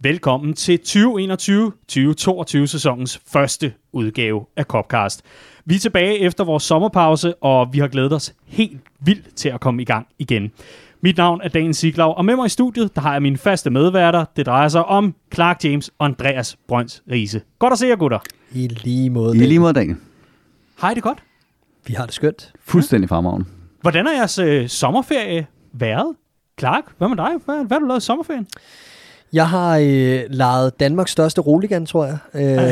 Velkommen til 2021-2022 sæsonens første udgave af Copcast. Vi er tilbage efter vores sommerpause, og vi har glædet os helt vildt til at komme i gang igen. Mit navn er Daniel Siglau, og med mig i studiet, der har jeg mine faste medværter. Det drejer sig om Clark James og Andreas Brøns Riise. Godt at se jer, gutter. I lige måde, I lige måde, Daniel. Hej, det er godt. Vi har det skønt. Fuldstændig fremragende. Hvordan er jeres sommerferie været? Clark, hvad med dig? Hvad har du lavet i sommerferien? Jeg har lejet Danmarks største roligan, tror jeg,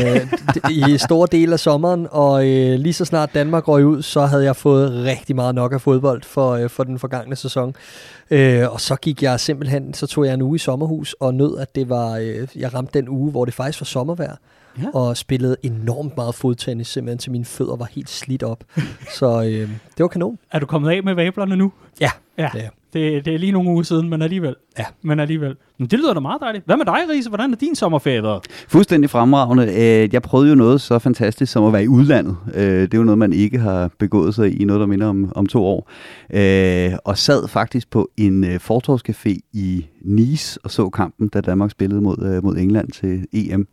i store dele af sommeren, og lige så snart Danmark røg ud, så havde jeg fået rigtig meget nok af fodbold for den forgangne sæson. Og så gik jeg simpelthen, så tog jeg en uge i sommerhus og nød, at det var, jeg ramte den uge, hvor det faktisk var sommervejr. Ja. Og spillede enormt meget fodtennis, simpelthen til mine fødder var helt slidt op. Så det var kanon. Er du kommet af med vablerne nu? Ja. Det er lige nogle uger siden, men alligevel. Ja. Men det lyder da meget dejligt. Hvad med dig, Riise? Hvordan er din sommerferie været? Fuldstændig fremragende. Jeg prøvede jo noget så fantastisk som at være i udlandet. Det er jo noget, man ikke har begået sig i, noget der minder om 2 år. Og sad faktisk på en fortovscafé i Nice og så kampen, da Danmark spillede mod England til EM.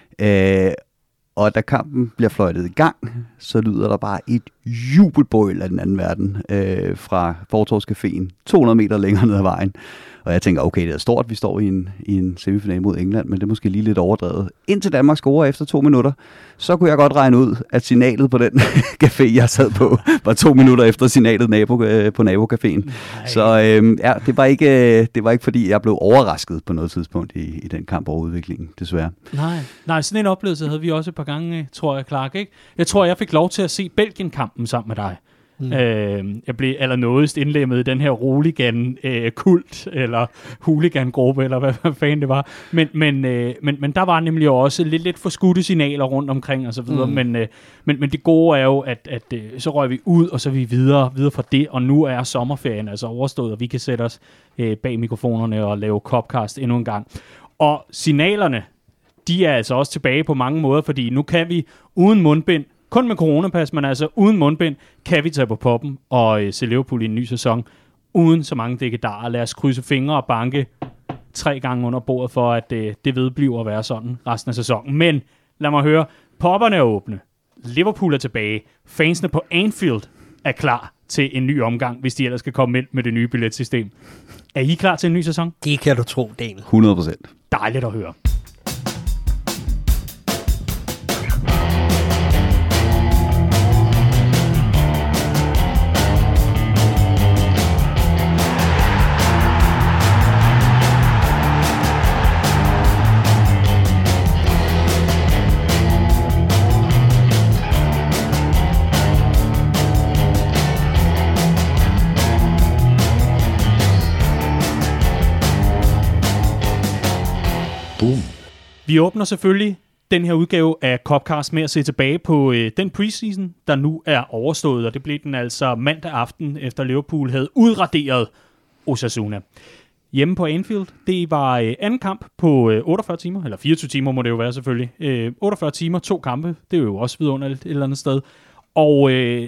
Og da kampen bliver fløjtet i gang, så lyder der bare et jubelbrøl af den anden verden fra Fortovscaféen, 200 meter længere ned ad vejen. Og jeg tænker, okay, det er stort, vi står i en semifinal mod England, men det er måske lige lidt overdrevet. Indtil Danmark scorer efter 2 minutter, så kunne jeg godt regne ud, at signalet på den café, jeg sad på, var 2 minutter efter signalet på nabocaféen. Så det var ikke fordi, jeg blev overrasket på noget tidspunkt i den kamp over udviklingen, desværre. Nej, sådan en oplevelse havde vi også et par gange, tror jeg, Clark, ikke? Jeg tror, jeg fik lov til at se Belgien-kampen sammen med dig. Jeg blev allernådigst indlemmet i den her roligan-kult, eller hooligan-gruppe, eller hvad fanden det var. Men der var nemlig også lidt forskudte signaler rundt omkring, og så videre. Men det gode er jo, at så røg vi ud, og så er vi videre fra det, og nu er sommerferien altså overstået, og vi kan sætte os bag mikrofonerne og lave Copcast endnu en gang. Og signalerne, de er altså også tilbage på mange måder, fordi nu kan vi uden mundbind, kun med coronapas, men altså uden mundbind, kan vi tage på poppen og se Liverpool i en ny sæson, uden så mange dækkedarer. Lad os krydse fingre og banke 3 gange under bordet for, at det vedbliver at være sådan resten af sæsonen. Men lad mig høre, popperne er åbne, Liverpool er tilbage, fansene på Anfield er klar til en ny omgang, hvis de ellers skal komme ind med det nye billetsystem. Er I klar til en ny sæson? Det kan du tro, Daniel. 100%. Dejligt at høre. Vi åbner selvfølgelig den her udgave af Copcast med at se tilbage på den preseason, der nu er overstået, og det blev den altså mandag aften, efter Liverpool havde udraderet Osasuna. Hjemme på Anfield, det var anden kamp på 48 timer, eller 24 timer må det jo være selvfølgelig. 48 timer, 2 kampe, det er jo også vidunderligt et eller andet sted. Og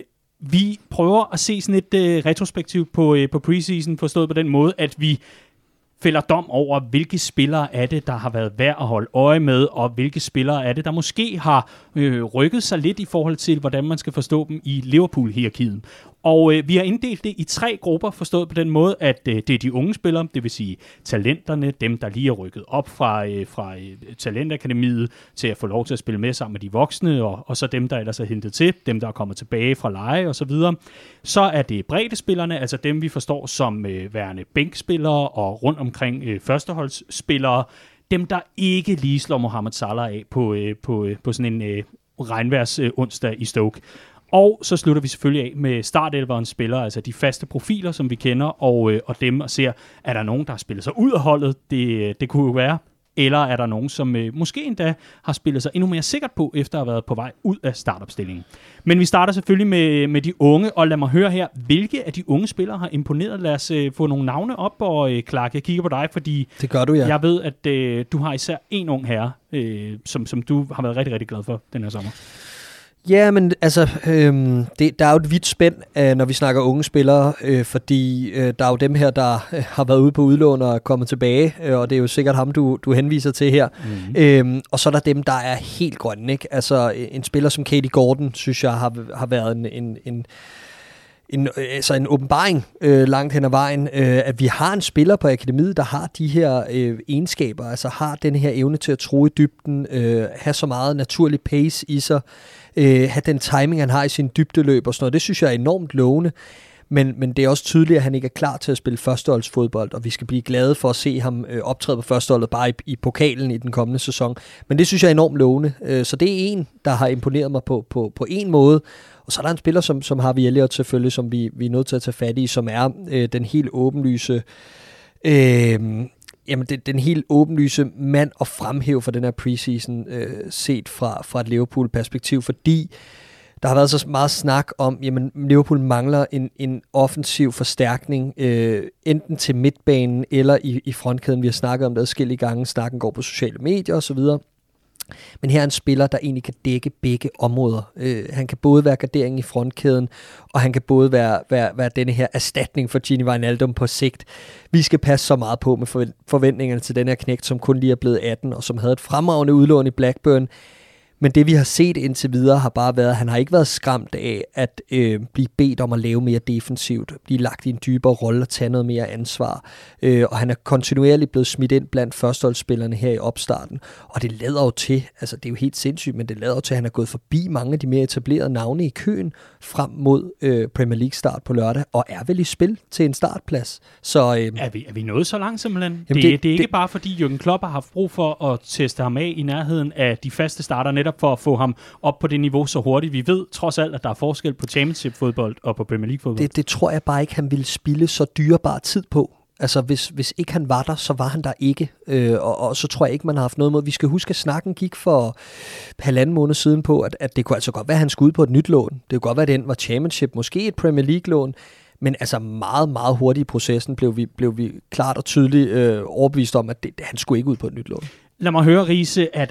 vi prøver at se sådan et retrospektiv på preseason, forstået på den måde, at vi fælder dom over, hvilke spillere er det, der har været værd at holde øje med, og hvilke spillere er det, der måske har rykket sig lidt i forhold til, hvordan man skal forstå dem i Liverpool-hierarkiet. Og vi har inddelt det i 3 grupper, forstået på den måde, at det er de unge spillere, det vil sige talenterne, dem der lige er rykket op fra talentakademiet til at få lov til at spille med sammen med de voksne, og så dem, der ellers er hentet til, dem der er kommet tilbage fra leje og så videre. Så er det breddespillerne, altså dem vi forstår som værende bænkspillere og rundt omkring førsteholdsspillere, dem der ikke lige slår Mohamed Salah af på sådan en regnværs onsdag i Stoke. Og så slutter vi selvfølgelig af med startelverens spillere, altså de faste profiler, som vi kender, og dem og ser, er der nogen, der har spillet sig ud af holdet? Det kunne jo være. Eller er der nogen, som måske endda har spillet sig endnu mere sikkert på, efter at have været på vej ud af startopstillingen. Men vi starter selvfølgelig med de unge, og lad mig høre her, hvilke af de unge spillere har imponeret. Lad os få nogle navne op, og Clark, jeg kigger på dig, fordi det gør du, ja. Jeg ved, at du har især en ung herre, som du har været rigtig, rigtig glad for den her sommer. Ja, men altså, der er jo et vidt spænd, når vi snakker unge spillere, fordi der er jo dem her, der har været ude på udlån og er kommet tilbage, og det er jo sikkert ham, du henviser til her. Mm-hmm. Og så er der dem, der er helt grønne, ikke? Altså, en spiller som Katie Gordon, synes jeg, har været en åbenbaring langt hen ad vejen, at vi har en spiller på akademiet, der har de her egenskaber, altså har den her evne til at tro i dybden, have så meget naturlig pace i sig, have den timing, han har i sin dybdeløb og sådan noget. Det synes jeg er enormt lovende, men det er også tydeligt, at han ikke er klar til at spille førsteholdsfodbold, og vi skal blive glade for at se ham optræde på førsteholdet bare i pokalen i den kommende sæson. Men det synes jeg er enormt lovende. Så det er en, der har imponeret mig på en måde. Og så er der en spiller, som Harvey Elliott selvfølgelig, som vi er nødt til at tage fat i, som er den helt åbenlyse den helt åbenlyse mand at fremhæve for den her preseason, set fra et Liverpool-perspektiv, fordi der har været så meget snak om, jamen Liverpool mangler en offensiv forstærkning, enten til midtbanen eller i frontkæden. Vi har snakket om det adskillige gange, snakken går på sociale medier osv., men her er en spiller, der egentlig kan dække begge områder. Han kan både være gardering i frontkæden, og han kan både være denne her erstatning for Gini Wijnaldum på sigt. Vi skal passe så meget på med forventningerne til den her knægt, som kun lige er blevet 18, og som havde et fremragende udlån i Blackburn. Men det vi har set indtil videre har bare været, at han har ikke været skræmt af at blive bedt om at lave mere defensivt, blive lagt i en dybere rolle og tage noget mere ansvar. Og han er kontinuerligt blevet smidt ind blandt førsteholdsspillerne her i opstarten. Og det lader jo til, altså det er jo helt sindssygt, men det lader jo til, at han er gået forbi mange af de mere etablerede navne i køen frem mod Premier League start på lørdag, og er vel i spil til en startplads. Så, er vi nået så langt simpelthen? Jamen det er ikke bare fordi Jürgen Klopp har haft brug for at teste ham af i nærheden af de faste starter, netop for at få ham op på det niveau så hurtigt. Vi ved trods alt, at der er forskel på Championship-fodbold og på Premier League-fodbold. Det tror jeg bare ikke, han ville spille så dyrebar tid på. Altså, hvis ikke han var der, så var han der ikke. Og så tror jeg ikke, man har haft noget mod. Vi skal huske, at snakken gik for 1,5 måned siden på, at det kunne altså godt være, at han skulle ud på et nyt lån. Det kunne godt være, at den var Championship, måske et Premier League-lån. Men altså meget, meget hurtigt i processen blev vi klart og tydeligt overbevist om, at han skulle ikke ud på et nyt lån. Lad mig høre, Riese, er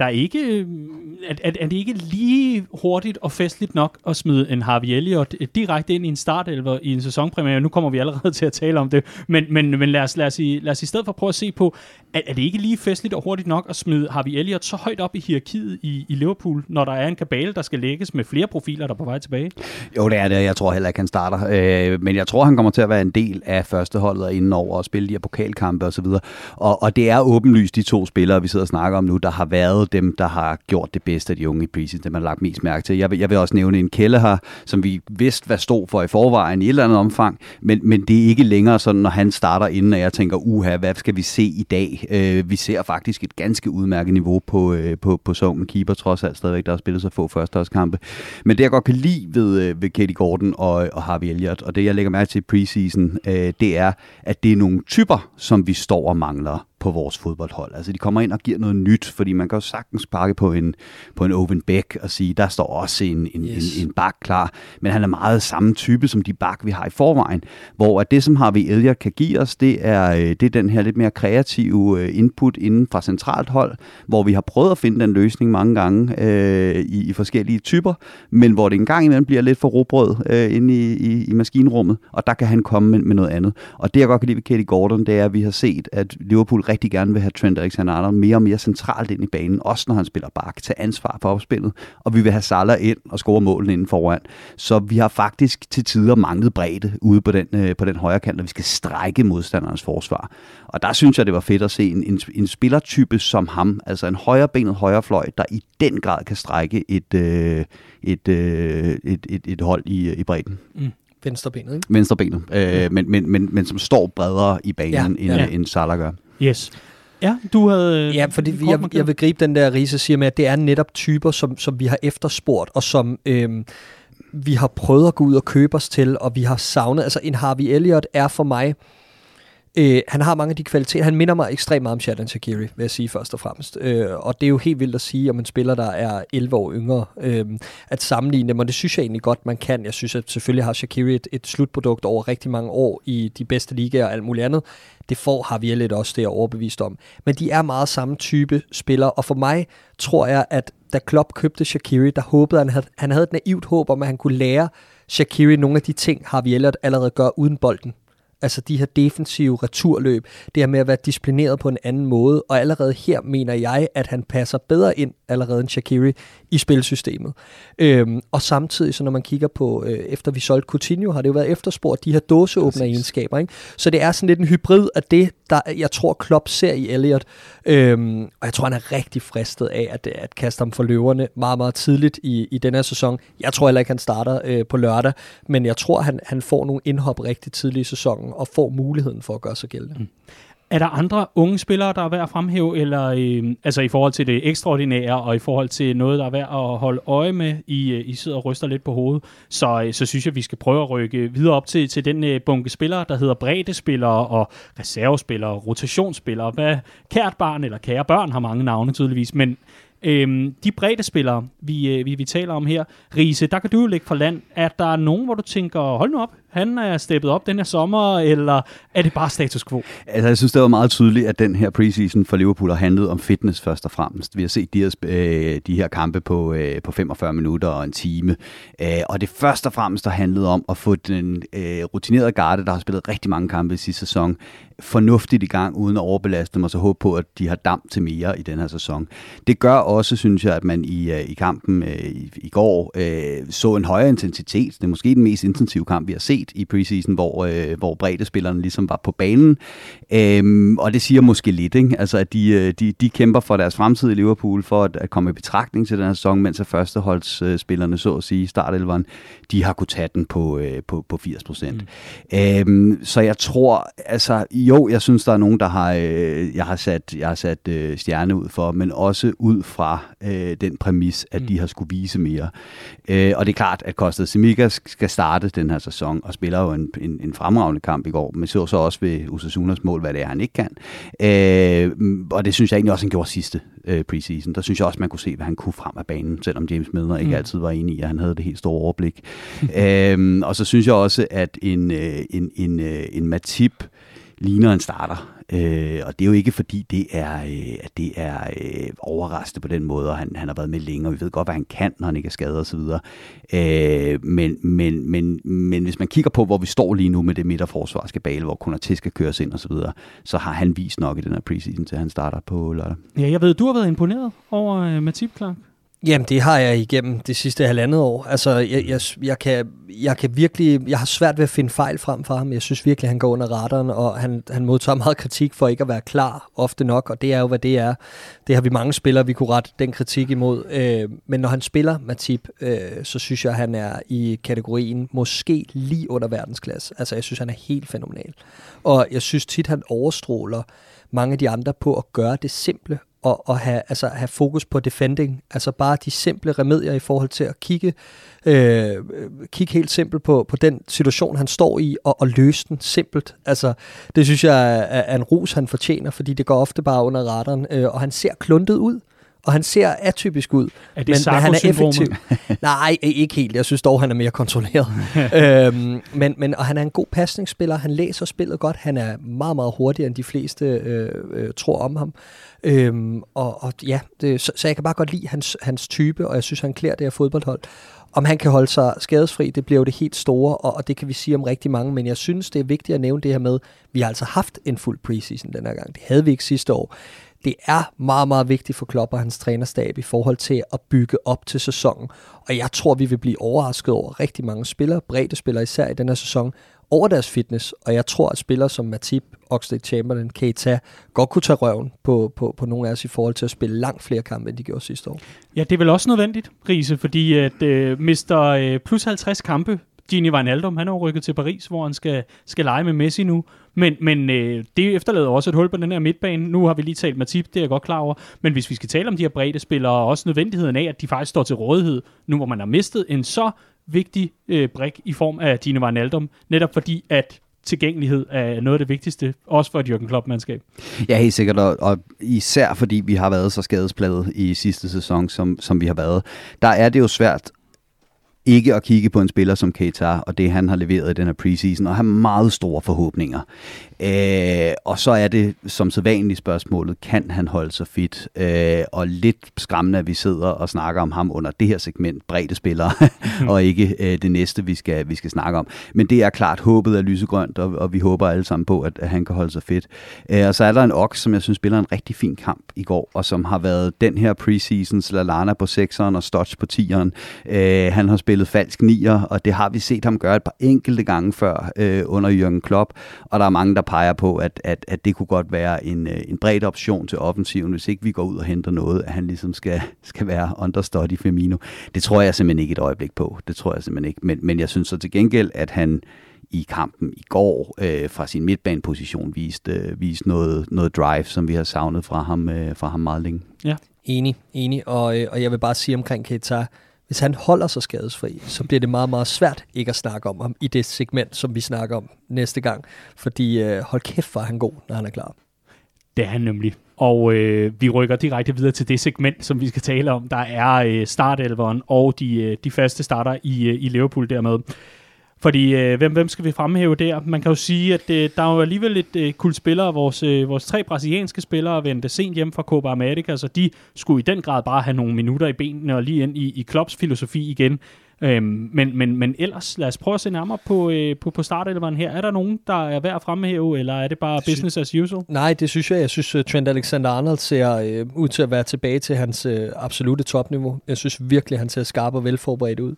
det ikke lige hurtigt og festligt nok at smide en Harvey Elliott direkte ind i en startelver i en sæsonpremiere? Nu kommer vi allerede til at tale om det, men lad os i stedet for prøve at se på, er det ikke lige festligt og hurtigt nok at smide Harvey Elliott så højt op i hierarkiet i Liverpool, når der er en kabale, der skal lægges med flere profiler, der er på vej tilbage? Jo, det er det. Jeg tror heller ikke, han starter. Men jeg tror, han kommer til at være en del af førsteholdet og indenover og spille de her pokalkampe osv. Og det er åbenlyst de to spillere, vi sidder og snakker om nu, der har været dem, der har gjort det bedste af de unge i preseason, dem man har lagt mest mærke til. Jeg vil også nævne en Kelle her, som vi vidste, hvad stod for i forvejen i et eller andet omfang, men det er ikke længere sådan, når han starter inden, og jeg tænker, hvad skal vi se i dag? Vi ser faktisk et ganske udmærket niveau på Sogn Keeper, trods alt stadigvæk, der har spillet så få førsteholdskampe. Men det, jeg godt kan lide ved Katie Gordon og Harvey Elliott, og det, jeg lægger mærke til i preseason, det er, at det er nogle typer, som vi står og mangler på vores fodboldhold. Altså, de kommer ind og giver noget nyt, fordi man kan jo sagtens pakke på en Owen Beck og sige, der står også en bak klar, men han er meget samme type som de bak, vi har i forvejen, hvor at det, som Harvey Elliott kan give os, det er den her lidt mere kreative input inden fra centralt hold, hvor vi har prøvet at finde den løsning mange gange i forskellige typer, men hvor det engang imellem bliver lidt for råbrød inde i maskinrummet, og der kan han komme med noget andet. Og det, jeg godt kan lide ved Katie Gordon, det er, at vi har set, at Liverpool rigtig gerne vil have Trent Alexander-Arnold mere og mere centralt ind i banen, også når han spiller bak, til ansvar for opspillet, og vi vil have Salah ind og score målene inden foran. Så vi har faktisk til tider manglet bredde ude på den højre kant, og vi skal strække modstandernes forsvar. Og der synes jeg, det var fedt at se en spillertype som ham, altså en højrebenet højrefløj, der i den grad kan strække et hold i bredden. Mm. Venstrebenet, ikke? Venstrebenet, men som står bredere i banen, end Salah gør. Yes. Ja, du havde... Ja, fordi jeg vil gribe den der Riese siger med, at det er netop typer, som vi har efterspurgt, og som vi har prøvet at gå ud og købe os til, og vi har savnet. Altså, en Harvey Elliott er for mig... han har mange af de kvaliteter. Han minder mig ekstremt meget om Xherdan Shaqiri, vil jeg sige først og fremmest. Og det er jo helt vildt at sige om en spiller, der er 11 år yngre, at sammenligne dem, og det synes jeg egentlig godt, man kan. Jeg synes, at selvfølgelig har Shaqiri et slutprodukt over rigtig mange år i de bedste ligaer og alt muligt andet. Det får Harvey Elliott også, det er overbevist om. Men de er meget samme type spillere, og for mig tror jeg, at da Klopp købte Shaqiri, der håbede han havde et naivt håb om, at han kunne lære Shaqiri nogle af de ting, Harvey Elliott allerede gør uden bolden. Altså de her defensive returløb, det her med at være disciplineret på en anden måde, og allerede her mener jeg, at han passer bedre ind allerede end Shaqiri i spilsystemet. Og samtidig, så når man kigger på, efter vi solgte Coutinho, har det jo været efterspurgt de her dåseåbner egenskaber, ikke? Så det er sådan lidt en hybrid af det, der jeg tror Klopp ser i Elliott, og jeg tror, han er rigtig fristet af at kaste ham for løverne meget, meget tidligt i den her sæson. Jeg tror heller ikke, han starter på lørdag, men jeg tror, han får nogle indhop rigtig tidligt i sæsonen, og får muligheden for at gøre sig gældende. Er der andre unge spillere, der er værd at fremhæve, eller altså i forhold til det ekstraordinære, og i forhold til noget, der er værd at holde øje med, I sidder og ryster lidt på hovedet, så synes jeg, vi skal prøve at rykke videre op til den bunke spillere, der hedder breddespillere og reservespillere, rotationsspillere. Hvad kært barn eller kære børn har mange navne tydeligvis, men de breddespillere, vi taler om her, Riese, der kan du jo lægge for land. Er der nogen, hvor du tænker, hold nu op, han er steppet op den her sommer, eller er det bare status quo? Altså, jeg synes, det var meget tydeligt, at den her preseason for Liverpool har handlet om fitness først og fremmest. Vi har set de her kampe på 45 minutter og en time, og det først og fremmest har handlet om at få den rutinerede garde, der har spillet rigtig mange kampe i sidste sæson, fornuftigt i gang, uden at overbelaste dem, og så håbe på, at de har damp til mere i den her sæson. Det gør også, synes jeg, at man i kampen i går så en højere intensitet. Det er måske den mest intensive kamp, vi har set i preseason, hvor breddespillerne ligesom var på banen. Og det siger måske lidt, ikke? Altså, at de kæmper for deres fremtid i Liverpool, for at komme i betragtning til den her sæson, mens at førsteholdsspillerne, så at sige, startelveren, de har kunnet tage den på 80%. Så jeg tror, altså, jo, jeg synes, der er nogen, der har, jeg har sat stjerne ud for, men også ud fra den præmis, at de har skulle vise mere. Og det er klart, at Costa Tsimikas skal starte den her sæson, og spiller jo en fremragende kamp i går, men så også ved Osasunas mål, hvad det er, han ikke kan. Og det synes jeg egentlig også, han gjorde sidste preseason. Der synes jeg også, man kunne se, hvad han kunne frem af banen, selvom James Milner ikke altid var enig i, at han havde det helt store overblik. Og så synes jeg også, at en Matip ligner en starter. Og det er jo ikke fordi det er overraskende på den måde, og han har været med længe, og vi ved godt, hvad han kan, når han ikke er skadet og så videre. Men hvis man kigger på, hvor vi står lige nu med det midterforsvar skal bale, hvor Konaté skal køres ind og så videre, så har han vist nok i den her preseason, til han starter på lørdag. Ja, jeg ved, du har været imponeret over Matip, Clark. Jamen, det har jeg igennem det sidste halvandet år. Altså, jeg kan virkelig, jeg har svært ved at finde fejl frem for ham. Jeg synes virkelig, han går under radaren, og han modtager meget kritik for ikke at være klar ofte nok, og det er jo, hvad det er. Det har vi mange spillere, vi kunne rette den kritik imod. Men når han spiller Matip, så synes jeg, at han er i kategorien måske lige under verdensklasse. Altså, jeg synes, han er helt fænomenal. Og jeg synes tit, han overstråler mange af de andre på at gøre det simple, og have fokus på defending, altså bare de simple remedier i forhold til at kigge helt simpelt på den situation, han står i, og løse den simpelt. Altså, det synes jeg er en ros, han fortjener, fordi det går ofte bare under radaren, og han ser kluntet ud, og han ser atypisk ud, men han er effektiv. Nej, ikke helt. Jeg synes dog, han er mere kontrolleret. Og han er en god pasningsspiller. Han læser spillet godt. Han er meget, meget hurtigere, end de fleste tror om ham. Så jeg kan bare godt lide hans type, og jeg synes, han klæder det her fodboldhold. Om han kan holde sig skadesfri, det bliver jo det helt store, og det kan vi sige om rigtig mange, men jeg synes, det er vigtigt at nævne det her med, vi har altså haft en fuld preseason den her gang. Det havde vi ikke sidste år. Det er meget, meget vigtigt for Klopp og hans trænerstab i forhold til at bygge op til sæsonen. Og jeg tror, vi vil blive overrasket over rigtig mange spillere, breddespillere især i den her sæson, over deres fitness. Og jeg tror, at spillere som Matip, Oxlade-Chamberlain, Keita godt kunne tage røven på nogle af os i forhold til at spille langt flere kampe, end de gjorde sidste år. Ja, det er vel også nødvendigt, Riese, fordi at mister plus 50 kampe, Gini Wijnaldum, han er jo rykket til Paris, hvor han skal lege med Messi nu. Men det efterlader også et hul på den her midtbane. Nu har vi lige talt Matip, det er jeg godt klar over. Men hvis vi skal tale om de her breddespillere, og også nødvendigheden af, at de faktisk står til rådighed, nu hvor man har mistet en så vigtig brik i form af Gini Wijnaldum, netop fordi at tilgængelighed er noget af det vigtigste, også for et Jürgen Klopp-mandskab. Ja, helt sikkert, og især fordi vi har været så skadespladet i sidste sæson, som vi har været. Der er det jo svært ikke at kigge på en spiller som Keita, og det han har leveret i den her preseason, og have meget store forhåbninger. Og så er det som sædvanligt spørgsmålet, kan han holde sig fit? Og lidt skræmmende, at vi sidder og snakker om ham under det her segment, breddespillere, og ikke det næste, vi skal snakke om. Men det er klart, håbet er lysegrønt, og vi håber alle sammen på, at han kan holde sig fit. Og så er der en Ox, som jeg synes spiller en rigtig fin kamp i går, og som har været den her preseasons Lallana på 6'eren og Stodge på 10'eren. Han har spillet falsk 9'er, og det har vi set ham gøre et par enkelte gange før under Jürgen Klopp, og der er mange, der peger på, at det kunne godt være en bred option til offensiven, hvis ikke vi går ud og henter noget, at han ligesom skal være understudy Firmino. Det tror jeg simpelthen ikke et øjeblik på. Det tror jeg simpelthen ikke. Men jeg synes så til gengæld, at han i kampen i går fra sin midtbaneposition viste noget drive, som vi har savnet fra ham meget længe. Ja. Enig. Og jeg vil bare sige omkring Keita, hvis han holder sig skadesfri, så bliver det meget, meget svært ikke at snakke om ham i det segment, som vi snakker om næste gang. Fordi hold kæft, hvor er han god, når han er klar. Det er han nemlig. Og vi rykker direkte videre til det segment, som vi skal tale om. Der er startelveren og de faste starter i Liverpool dermed. Fordi hvem skal vi fremhæve der? Man kan jo sige, at der er jo alligevel et kult spillere. Vores 3 brasilianske spillere vendte sent hjem fra Copa America, så de skulle i den grad bare have nogle minutter i benene og lige ind i Klopps filosofi igen. Men ellers, lad os prøve at se nærmere på startelveren her. Er der nogen, der er værd at fremhæve, eller er det bare business as usual? Nej, det synes jeg. Jeg synes, Trent Alexander-Arnold ser ud til at være tilbage til hans absolute topniveau. Jeg synes virkelig, han ser skarp og velforberedt ud.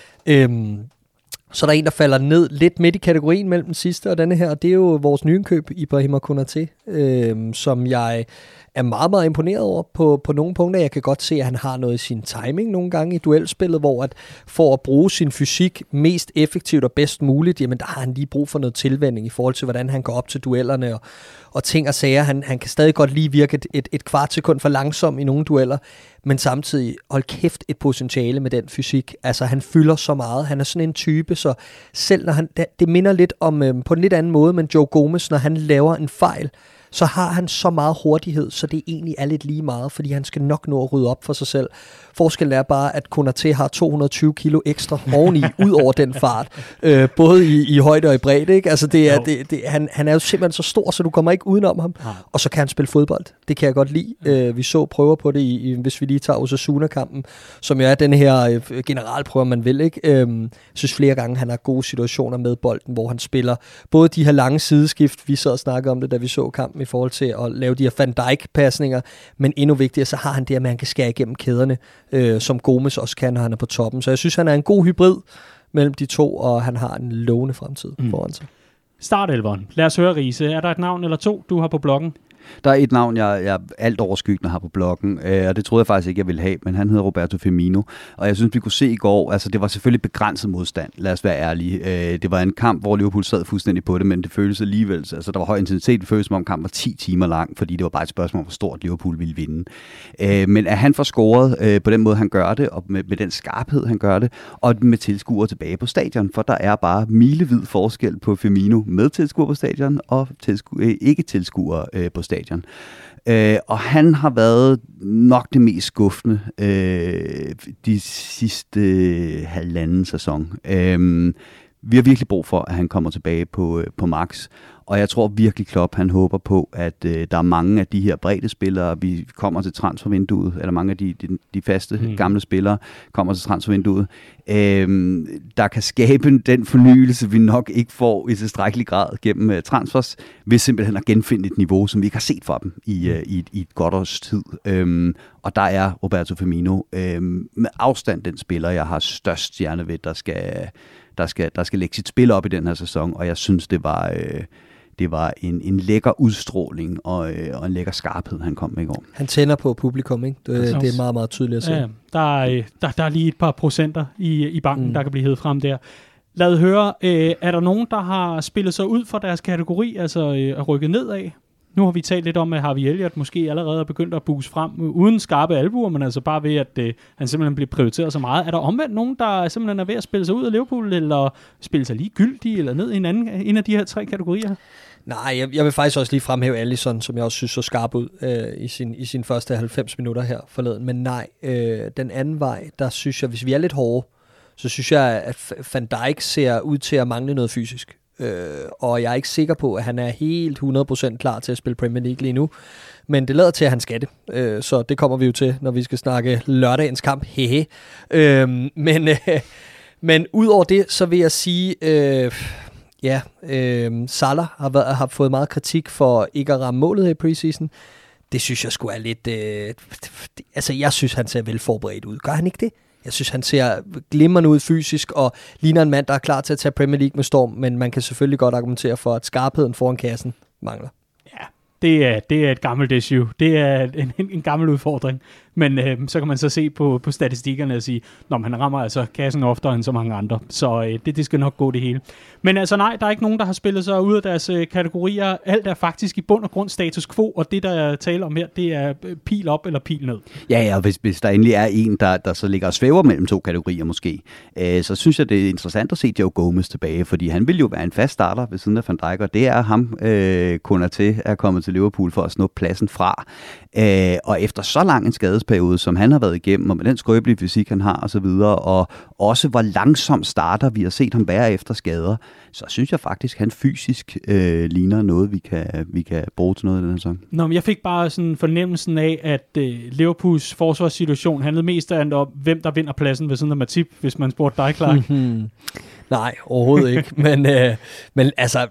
Så der er en, der falder ned lidt midt i kategorien mellem den sidste og denne her, og det er jo vores nye køb, Ibrahima Konaté, som jeg er meget, meget imponeret over på nogle punkter. Jeg kan godt se, at han har noget i sin timing nogle gange i duelspillet, hvor at for at bruge sin fysik mest effektivt og bedst muligt, jamen der har han lige brug for noget tilvænning i forhold til, hvordan han går op til duellerne og ting og sager. Han kan stadig godt lige virke et kvart sekund for langsom i nogle dueller, men samtidig, hold kæft, et potentiale med den fysik. Altså, han fylder så meget. Han er sådan en type, så selv når det minder lidt om, på en lidt anden måde, men Joe Gomez, når han laver en fejl, så har han så meget hurtighed, så det egentlig er lidt lige meget, fordi han skal nok nå at rydde op for sig selv. Forskellen er bare, at Konaté har 220 kilo ekstra oveni, ud over den fart. Både i højde og i bredde, ikke? Altså, han er jo simpelthen så stor, så du kommer ikke udenom ham. Og så kan han spille fodbold. Det kan jeg godt lide. Vi så prøver på det, hvis vi lige tager Osasuna-kampen, som jo er den her generalprøve, man vil, ikke? Jeg synes flere gange, han har gode situationer med bolden, hvor han spiller både de her lange sideskift, vi sad og snakkede om det, da vi så kampen, i forhold til at lave de her Van Dijk-pasninger, men endnu vigtigere, så har han det, at man kan skære igennem kæderne, som Gomes også kan, når han er på toppen. Så jeg synes, han er en god hybrid mellem de to, og han har en lovende fremtid foran sig. Startelveren. Lad os høre, Riese. Er der et navn eller to, du har på bloggen? Der er et navn, jeg alt overskyggende har på bloggen, og det troede jeg faktisk ikke, jeg ville have, men han hedder Roberto Firmino, og jeg synes, vi kunne se i går, altså det var selvfølgelig begrænset modstand, lad os være ærlige. Det var en kamp, hvor Liverpool sad fuldstændig på det, men det føltes alligevel, altså der var høj intensitet, det føltes som om kampen var 10 timer lang, fordi det var bare et spørgsmål om, hvor stort Liverpool ville vinde. Men at han får scoret på den måde, han gør det, og med den skarphed, han gør det, og med tilskuere tilbage på stadion, for der er bare milevid forskel på Firmino med tilskuere på stadion, og ikke tilskuere på stadion. Og han har været nok det mest skuffende de sidste halvanden sæson. Vi har virkelig brug for, at han kommer tilbage på max. Og jeg tror virkelig, Klopp han håber på, at der er mange af de her brede spillere, vi kommer til transfervinduet, eller mange af de faste gamle spillere kommer til transfervinduet, der kan skabe den fornyelse, vi nok ikke får i tilstrækkelig grad gennem transfers, ved simpelthen at genfinde et niveau, som vi ikke har set fra dem i et godt års tid. Og der er Roberto Firmino med afstand den spiller, jeg har størst stjerne ved, der skal lægge sit spil op i den her sæson, og jeg synes, det var en lækker udstråling og en lækker skarphed, han kom med i går. Han tænder på publikum, ikke? Det er meget, meget tydeligt at se. Ja, der er lige et par procenter i banken, der kan blive hævet frem der. Lad høre, er der nogen, der har spillet sig ud fra deres kategori, altså at rykke nedad? Nu har vi talt lidt om, at Harvey Elliott måske allerede er begyndt at booste frem uden skarpe albuer, men altså bare ved, at han simpelthen bliver prioriteret så meget. Er der omvendt nogen, der simpelthen er ved at spille sig ud af Liverpool, eller spille sig ligegyldigt, eller ned i en af de her 3 kategorier? Nej, jeg vil faktisk også lige fremhæve Alisson, som jeg også synes så skarp ud i sin første 90 minutter her forleden. Men nej, den anden vej, der synes jeg, hvis vi er lidt hårde, så synes jeg, at Van Dijk ser ud til at mangle noget fysisk. Og jeg er ikke sikker på, at han er helt 100% klar til at spille Premier League lige nu. Men det lader til, at han skal det. Så det kommer vi jo til, når vi skal snakke lørdagens kamp. Hehe. Men ud over det, så vil jeg sige, Salah har fået meget kritik for ikke at ramme målet i preseason. Det synes jeg sgu er lidt... jeg synes, han ser velforberedt ud. Gør han ikke det? Jeg synes, han ser glimrende ud fysisk, og ligner en mand, der er klar til at tage Premier League med storm, men man kan selvfølgelig godt argumentere for, at skarpheden foran kassen mangler. Ja, det er et gammelt issue. Det er en gammel udfordring. Men så kan man så se på statistikkerne og sige, når han rammer altså kassen oftere end så mange andre. Så det skal nok gå det hele. Men altså nej, der er ikke nogen, der har spillet sig ud af deres kategorier. Alt er faktisk i bund og grund status quo, og det, der taler om her, det er pil op eller pil ned. Ja, hvis der endelig er en, der så ligger og svæver mellem to kategorier måske, så synes jeg, det er interessant at se Joe Gomez tilbage, fordi han vil jo være en fast starter ved siden af Van Dijk, og det er ham kunder til at komme til Liverpool for at snuppe pladsen fra. Og efter så lang en skadesperiode, som han har været igennem, og med den skrøbelige fysik, han har osv., og også hvor langsom starter vi har set ham være efter skader, så synes jeg faktisk, at han fysisk ligner noget, vi kan bruge til noget i den her sæson. Nå, men jeg fik bare sådan fornemmelsen af, at Liverpools forsvarssituation handlede mest om, hvem der vinder pladsen ved siden af Matip, hvis man spurgte dig, Clark. Nej, overhovedet ikke. Men altså,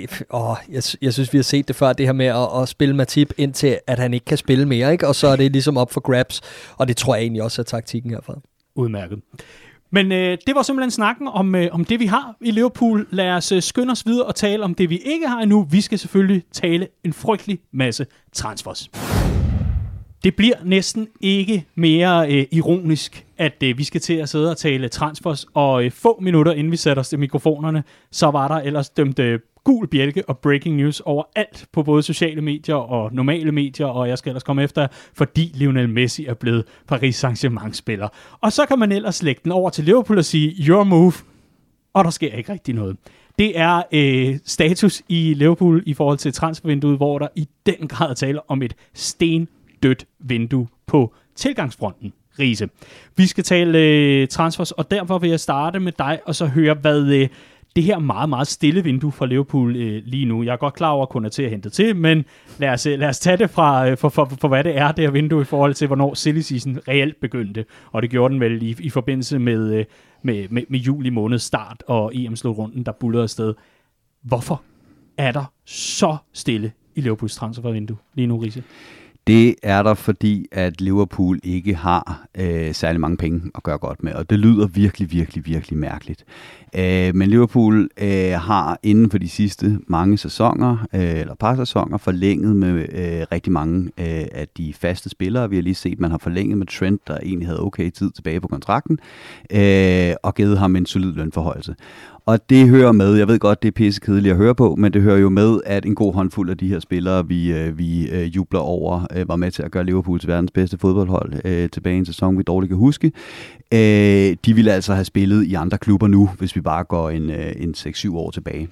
jeg synes, vi har set det før, det her med at spille Matip indtil, at han ikke kan spille mere, ikke? Og så er det ligesom op for grabs, og det tror jeg egentlig også er taktikken herfra. Udmærket. Men det var simpelthen snakken om det, vi har i Liverpool. Lad os skynde os videre og tale om det, vi ikke har endnu. Vi skal selvfølgelig tale en frygtelig masse transfers. Det bliver næsten ikke mere ironisk, at vi skal til at sidde og tale transfers, og få minutter inden vi sætter os til mikrofonerne, så var der ellers dømt gul bjælke og breaking news overalt på både sociale medier og normale medier, og jeg skal ellers komme efter, fordi Lionel Messi er blevet Paris Saint-Germain-spiller. Og så kan man ellers lægge den over til Liverpool og sige, your move, og der sker ikke rigtig noget. Det er status i Liverpool i forhold til transfervinduet, hvor der i den grad taler om et dødt vindue på tilgangsfronten, Riese. Vi skal tale transfers, og derfor vil jeg starte med dig, og så høre, hvad det her meget, meget stille vindue fra Liverpool lige nu. Jeg er godt klar over, at kun er til at hente til, men lad os tage det for hvad det er, det her vindue i forhold til, hvornår silly season reelt begyndte. Og det gjorde den vel i forbindelse med juli måned start og EM-slutrunden, der bullede afsted. Hvorfor er der så stille i Liverpools transfervindue lige nu, Riese? Det er der, fordi at Liverpool ikke har særlig mange penge at gøre godt med, og det lyder virkelig, virkelig, virkelig mærkeligt. Men Liverpool har inden for de sidste mange sæsoner, eller par sæsoner, forlænget med rigtig mange af de faste spillere. Vi har lige set, at man har forlænget med Trent, der egentlig havde okay tid tilbage på kontrakten, og givet ham en solid lønforhøjelse. Og det hører med, jeg ved godt, det er pissekedeligt at høre på, men det hører jo med, at en god håndfuld af de her spillere, vi jubler over, var med til at gøre Liverpool til verdens bedste fodboldhold tilbage i en sæson, vi dårligt kan huske. De ville altså have spillet i andre klubber nu, hvis vi bare går en 6-7 år tilbage.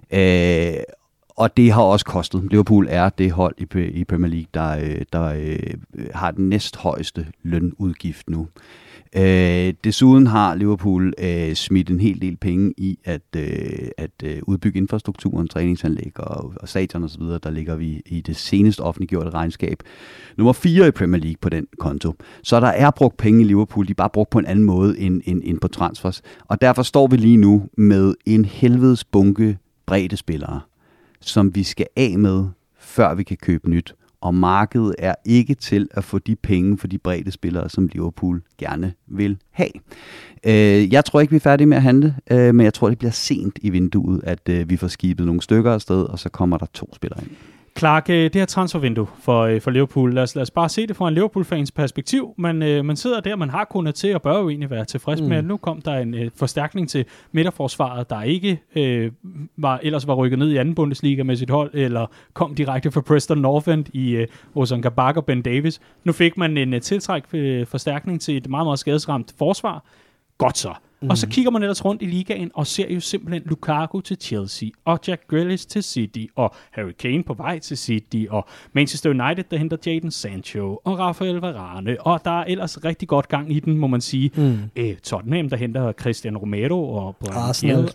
Og det har også kostet. Liverpool er det hold i Premier League, der har den næsthøjeste lønudgift nu. Desuden har Liverpool smidt en hel del penge i at udbygge infrastrukturen, træningsanlæg og stadion og så videre. Der ligger vi i det senest offentliggjorte regnskab nummer 4 i Premier League på den konto. Så der er brugt penge i Liverpool, de er bare brugt på en anden måde end på transfers. Og derfor står vi lige nu med en helvedes bunke bredde spillere, som vi skal af med, før vi kan købe nyt. Og markedet er ikke til at få de penge for de bredde spillere, som Liverpool gerne vil have. Jeg tror ikke, vi er færdige med at handle, men jeg tror, det bliver sent i vinduet, at vi får skibet nogle stykker afsted, og så kommer der 2 spillere ind. Clark, det her transfervindue for Liverpool, lad os bare se det fra en Liverpool-fans perspektiv. Man sidder der, man har kunnet til at bør jo egentlig være tilfreds med, at nu kom der en forstærkning til midterforsvaret, der ikke ellers var rykket ned i anden Bundesliga med sit hold, eller kom direkte fra Preston North End i Ozan Kabak og Ben Davis. Nu fik man en tiltræk forstærkning til et meget, meget skadesramt forsvar. Godt så. Og så kigger man ellers rundt i ligaen og ser jo simpelthen Lukaku til Chelsea, og Jack Grealish til City, og Harry Kane på vej til City, og Manchester United, der henter Jadon Sancho, og Rafael Varane, og der er ellers rigtig godt gang i den, må man sige. Tottenham, der henter Cristiano Romero, og Arsenal,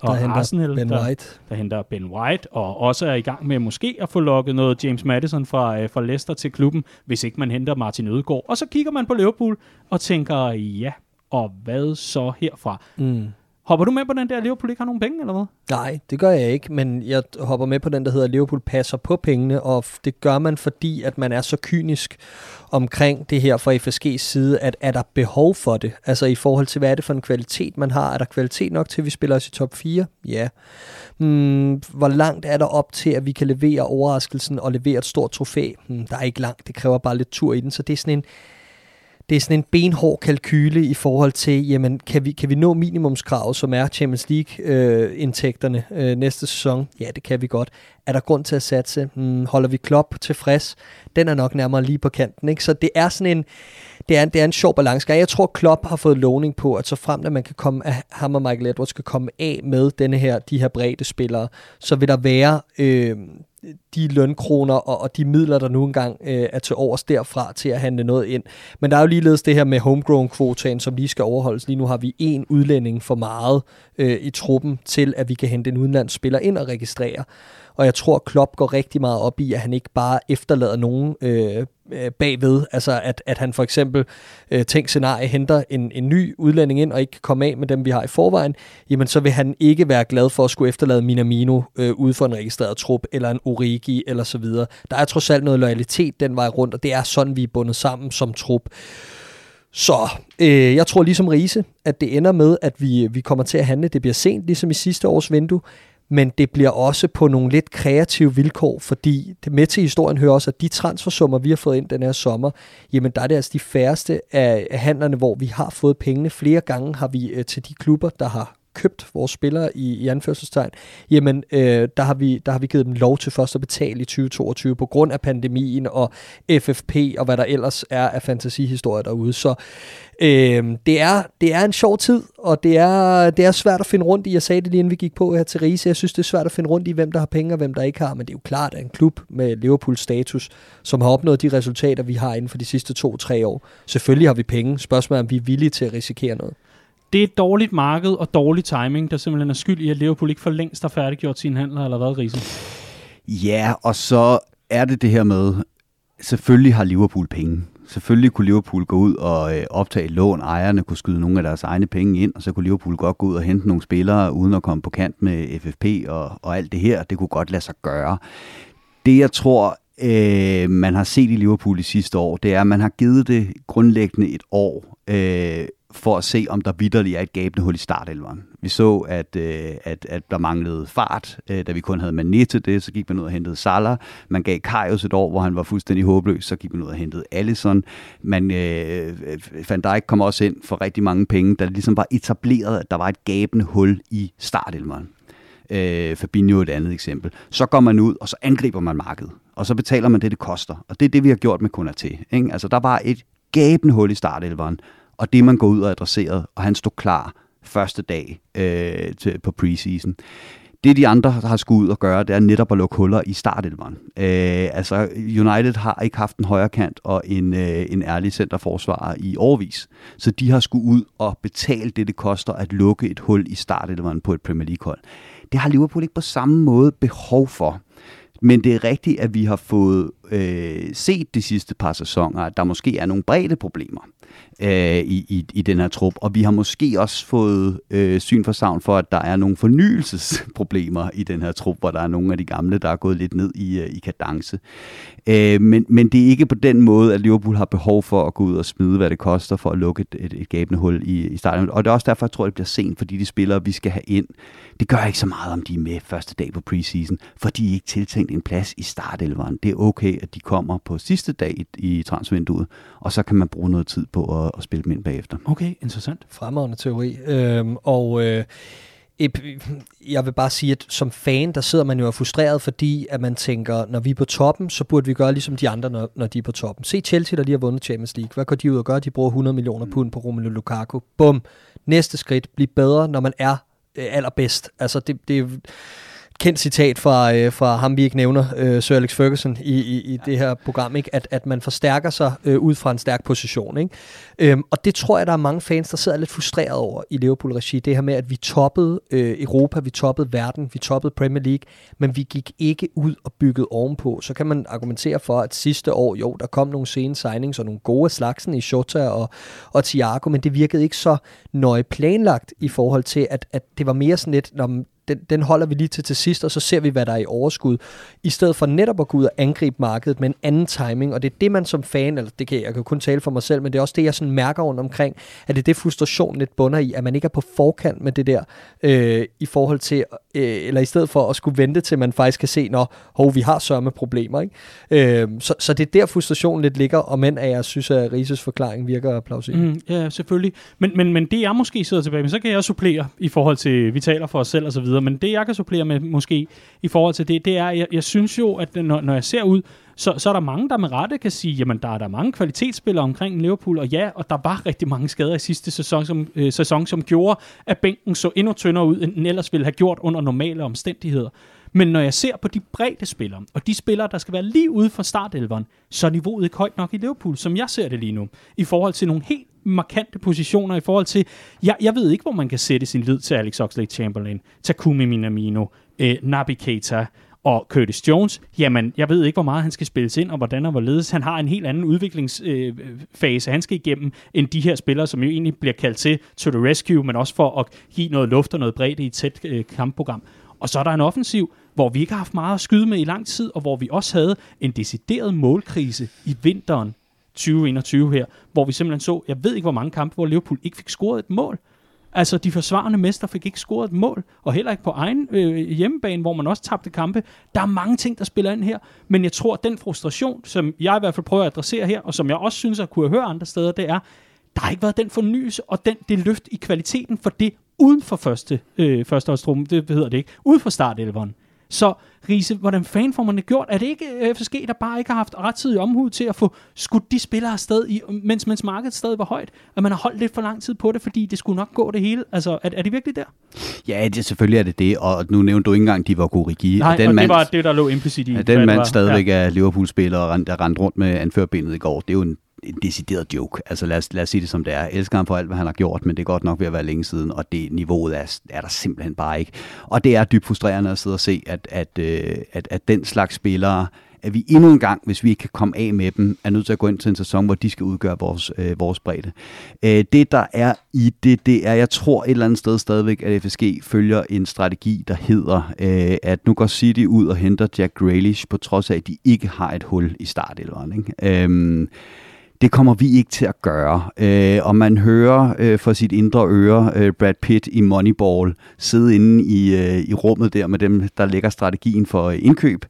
der henter Ben White, og også er i gang med måske at få lukket noget James Maddison fra Leicester til klubben, hvis ikke man henter Martin Ødegaard. Og så kigger man på Liverpool og tænker, ja, og hvad så herfra? Hopper du med på den der, Liverpool ikke har nogen penge, eller hvad? Nej, det gør jeg ikke, men jeg hopper med på den, der hedder Liverpool passer på pengene, og det gør man, fordi at man er så kynisk omkring det her fra FSG's side, at er der behov for det? Altså i forhold til, hvad er det for en kvalitet, man har? Er der kvalitet nok til, at vi spiller os i top 4? Ja. Hvor langt er der op til, at vi kan levere overraskelsen og levere et stort trofæ? Der er ikke langt, det kræver bare lidt tur i den, så det er sådan en benhård kalkyle i forhold til, jamen, kan vi nå minimumskrav, som er Champions League-indtægterne næste sæson? Ja, det kan vi godt. Er der grund til at satse? Holder vi Klopp tilfreds? Den er nok nærmere lige på kanten, ikke? Så det er sådan en, det er en sjov balance. Jeg tror, Klopp har fået lovning på, at så frem, at man kan komme, at ham og Michael Edwards skal komme af med de her brede spillere, så vil der være de lønkroner og de midler, der nu engang er til overs derfra til at handle noget ind. Men der er jo ligeledes det her med homegrown-kvotaen, som lige skal overholdes. Lige nu har vi en udlænding for meget i truppen til, at vi kan hente en udenlandsspiller ind og registrere. Og jeg tror, Klopp går rigtig meget op i, at han ikke bare efterlader nogen bagved. Altså, at han for eksempel, tænk scenarie, henter en ny udlænding ind og ikke kan komme af med dem, vi har i forvejen. Jamen, så vil han ikke være glad for at skulle efterlade Minamino ude for en registreret trup, eller en Origi, eller så videre. Der er trods alt noget loyalitet den vej rundt, og det er sådan, vi er bundet sammen som trup. Så jeg tror ligesom Riise, at det ender med, at vi kommer til at handle. Det bliver sent, ligesom i sidste års vindue, men det bliver også på nogle lidt kreative vilkår, fordi det med til historien hører også, at de transfersummer, vi har fået ind den her sommer, jamen der er det altså de færreste af handlerne, hvor vi har fået pengene. Flere gange har vi til de klubber, der har købt vores spillere i anførselstegn, jamen der har vi givet dem lov til først at betale i 2022 på grund af pandemien og FFP og hvad der ellers er af fantasihistorier derude. Så det er en sjov tid, og det er svært at finde rundt i. Jeg sagde det lige inden vi gik på her til Riise. Jeg synes, det er svært at finde rundt i, hvem der har penge og hvem der ikke har, men det er jo klart, at en klub med Liverpools status, som har opnået de resultater, vi har inden for de sidste 2-3 år, selvfølgelig har vi penge. Spørgsmålet er, om vi er villige til at risikere noget. Det er et dårligt marked og dårlig timing, der simpelthen er skyld i, at Liverpool ikke for længst har færdiggjort sine handler, eller hvad, Riise? Ja, og så er det her med, selvfølgelig har Liverpool penge. Selvfølgelig kunne Liverpool gå ud og optage lån, ejerne kunne skyde nogle af deres egne penge ind, og så kunne Liverpool godt gå ud og hente nogle spillere, uden at komme på kant med FFP og alt det her. Det kunne godt lade sig gøre. Det, jeg tror, man har set i Liverpool i sidste år, det er, at man har givet det grundlæggende et år, for at se, om der vitterligt er et gabende hul i startelveren. Vi så, at der manglede fart, da vi kun havde Mané til det, så gik man ud og hentede Salah. Man gav Karius et år, hvor han var fuldstændig håbløs, så gik man ud og hentede Alisson. Van Dijk kom også ind for rigtig mange penge, der ligesom var etableret, at der var et gabende hul i startelveren. Fabinho et andet eksempel. Så går man ud, og så angriber man markedet, og så betaler man det koster. Og det er det, vi har gjort med Konaté. Ikke? Altså, der var et gabende hul i startelveren, og det man går ud og adresserede, og han stod klar første dag på preseason. Det de andre har skulle ud og gøre, det er netop at lukke huller i startelveren. Altså United har ikke haft en højre kant og en ærlig centerforsvarer i årevis, så de har skulle ud og betale det koster at lukke et hul i startelveren på et Premier League-hold. Det har Liverpool ikke på samme måde behov for. Men det er rigtigt, at vi har fået set de sidste par sæsoner, at der måske er nogle brede problemer i den her trup, og vi har måske også fået syn for savn for, at der er nogle fornyelsesproblemer i den her trup, hvor der er nogle af de gamle, der er gået lidt ned i kadence. Men det er ikke på den måde, at Liverpool har behov for at gå ud og smide, hvad det koster for at lukke et gabende hul i starten. Og det er også derfor, jeg tror, det bliver sent, fordi de spillere, vi skal have ind, det gør ikke så meget, om de er med første dag på preseason, for de er ikke tiltænkt en plads i startelveren. Det er okay, at de kommer på sidste dag i transfervinduet, og så kan man bruge noget tid på at spille dem ind bagefter. Okay, interessant. Fremragende teori. Jeg vil bare sige, at som fan, der sidder man jo og frustreret, fordi at man tænker, når vi er på toppen, så burde vi gøre ligesom de andre, når de er på toppen. Se Chelsea, der lige har vundet Champions League. Hvad går de ud og gør? De bruger 100 millioner pund på Romelu Lukaku. Bum. Næste skridt. Bliv bedre, når man er allerbedst. Altså, det er kendt citat fra ham, vi ikke nævner, Sir Alex Ferguson i det her program, ikke? At man forstærker sig ud fra en stærk position. Ikke? Og det tror jeg, der er mange fans, der sidder lidt frustreret over i Liverpool-regi. Det her med, at vi toppede Europa, vi toppede verden, vi toppede Premier League, men vi gik ikke ud og byggede ovenpå. Så kan man argumentere for, at sidste år, jo, der kom nogle sene signings og nogle gode slagsen i Jota og Thiago, men det virkede ikke så nøje planlagt i forhold til, at det var mere sådan lidt, når den holder vi lige til sidst, og så ser vi, hvad der er i overskud, i stedet for netop at gå ud og angribe markedet med en anden timing, og det er det, man som fan, eller jeg kan kun tale for mig selv, men det er også det, jeg sådan mærker rundt omkring, at det er det, frustrationen lidt bunder i, at man ikke er på forkant med det der, i forhold til, eller i stedet for at skulle vente til, man faktisk kan se, vi har sørme problemer, ikke? Så det er der, frustrationen lidt ligger, og men at jeg synes, at Rises forklaring virker plausibel. Ja, selvfølgelig. Men det jeg måske sidder tilbage med, så kan jeg supplere i forhold til, vi taler for os selv og så videre, men det jeg kan supplere med måske i forhold til det er, jeg synes jo, at når jeg ser ud, så er der mange, der med rette kan sige, jamen der er mange kvalitetsspillere omkring Liverpool, og der var rigtig mange skader i sidste sæson, som gjorde, at bænken så endnu tyndere ud, end den ellers ville have gjort under normale omstændigheder. Men når jeg ser på de brede spillere, og de spillere, der skal være lige ude fra startelveren, så er niveauet ikke højt nok i Liverpool, som jeg ser det lige nu, i forhold til nogle helt markante positioner, i forhold til, jeg ved ikke, hvor man kan sætte sin lid til Alex Oxlade-Chamberlain, Takumi Minamino, Naby Keita og Curtis Jones. Jamen, jeg ved ikke, hvor meget han skal spilles ind, og hvordan og hvorledes. Han har en helt anden udviklingsfase, han skal igennem, end de her spillere, som jo egentlig bliver kaldt til to the rescue, men også for at give noget luft og noget bredde i et tæt kampprogram. Og så er der en offensiv, hvor vi ikke har haft meget at skyde med i lang tid, og hvor vi også havde en decideret målkrise i vinteren 2021 her, hvor vi simpelthen så, jeg ved ikke, hvor mange kampe, hvor Liverpool ikke fik scoret et mål. Altså, de forsvarende mestre fik ikke scoret et mål, og heller ikke på egen hjemmebane, hvor man også tabte kampe. Der er mange ting, der spiller ind her, men jeg tror, at den frustration, som jeg i hvert fald prøver at adressere her, og som jeg også synes, at kunne høre andre steder, det er, der har ikke været den fornyelse og det løft i kvaliteten for det uden for førsteårstruppen, det hedder det ikke, uden for startelveren. Så Riise, hvordan fanden får man det gjort? Er det ikke FSG, der bare ikke har haft rettidig omhu til at få skudt de spillere afsted, mens markedet stadig var højt? At man har holdt lidt for lang tid på det, fordi det skulle nok gå det hele? Altså, er det virkelig der? Ja, selvfølgelig er det, og nu nævnte du ikke engang, de var Origi. Nej, og det var det, der lå implicit i. Den mand stadigvæk er Liverpool-spiller, der rendte rundt med anførbenet i går. Det er jo en decideret joke. Altså lad os sige det som det er. Jeg elsker ham for alt, hvad han har gjort, men det er godt nok ved at være længe siden, og det niveauet er der simpelthen bare ikke. Og det er dybt frustrerende at sidde og se, at den slags spillere, at vi endnu en gang, hvis vi ikke kan komme af med dem, er nødt til at gå ind til en sæson, hvor de skal udgøre vores bredde. Det, der er i det er, jeg tror et eller andet sted stadigvæk, at FSG følger en strategi, der hedder, at nu går City ud og henter Jack Grealish, på trods af, at de ikke har et hul i startelveren, ikke? Det kommer vi ikke til at gøre. Og man hører for sit indre øre Brad Pitt i Moneyball sidde inde i rummet der med dem, der lægger strategien for indkøb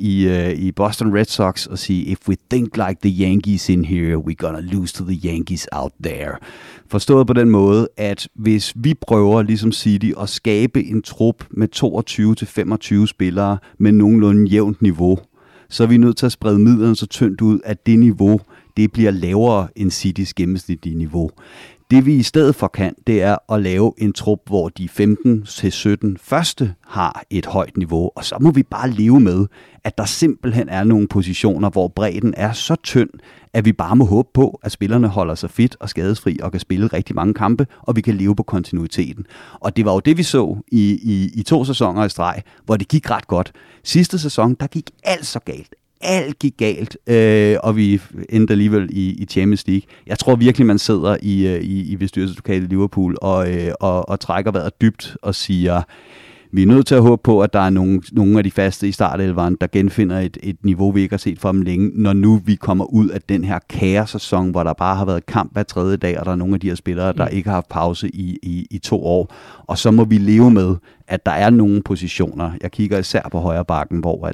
i Boston Red Sox og sige, if we think like the Yankees in here, we're gonna lose to the Yankees out there. Forstået på den måde, at hvis vi prøver, ligesom City, at skabe en trup med 22-25 spillere med nogenlunde jævnt niveau, så er vi nødt til at sprede midlerne så tyndt ud, at det niveau, det bliver lavere end Citys gennemsnitlige niveau. Det vi i stedet for kan, det er at lave en trup, hvor de 15-17 første har et højt niveau, og så må vi bare leve med, at der simpelthen er nogle positioner, hvor bredden er så tynd, at vi bare må håbe på, at spillerne holder sig fit og skadesfri og kan spille rigtig mange kampe, og vi kan leve på kontinuiteten. Og det var jo det, vi så i 2 sæsoner i streg, hvor det gik ret godt. Sidste sæson, der gik alt så galt. Alt gik galt, og vi endte alligevel i Champions League. Jeg tror virkelig, man sidder i bestyrelseslokalet i Liverpool og trækker vejret dybt og siger, vi er nødt til at håbe på, at der er nogle af de faste i startelveren, der genfinder et niveau, vi ikke har set fra dem længe, når nu vi kommer ud af den her kaos-sæson, hvor der bare har været kamp hver tredje dag, og der er nogle af de her spillere, der ikke har haft pause i 2 år. Og så må vi leve med, at der er nogle positioner. Jeg kigger især på højre bakken, hvor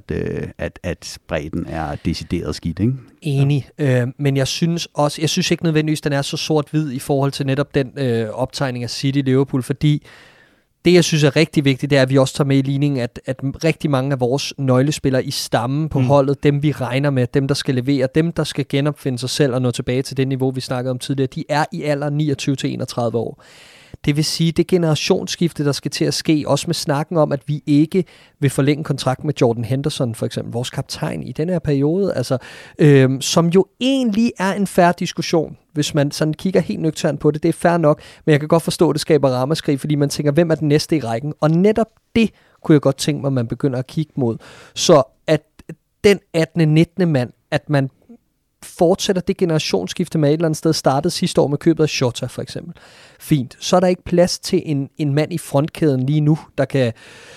at bredden er decideret skidt, ikke? Enig, men jeg synes ikke nødvendigvis, den er så sort-hvid i forhold til netop den optegning af City-Liverpool, fordi Det, jeg synes er rigtig vigtigt, det er, at vi også tager med i ligningen, at rigtig mange af vores nøglespillere i stammen på holdet, dem vi regner med, dem der skal levere, dem der skal genopfinde sig selv og nå tilbage til det niveau, vi snakkede om tidligere, de er i alderen 29-31 år. Det vil sige, det generationsskifte, der skal til at ske, også med snakken om, at vi ikke vil forlænge kontrakt med Jordan Henderson, for eksempel, vores kaptajn i den her periode, altså, som jo egentlig er en fair diskussion, hvis man sådan kigger helt nøgternt på det. Det er fair nok, men jeg kan godt forstå, at det skaber ramaskrig, fordi man tænker, hvem er den næste i rækken? Og netop det kunne jeg godt tænke mig, at man begynder at kigge mod. Så at den 18. 19. mand, at man fortsætter det generationsskifte med et eller andet sted, startede sidste år med købet af Shota for eksempel. Fint. Så er der ikke plads til en mand i frontkæden lige nu, der kan...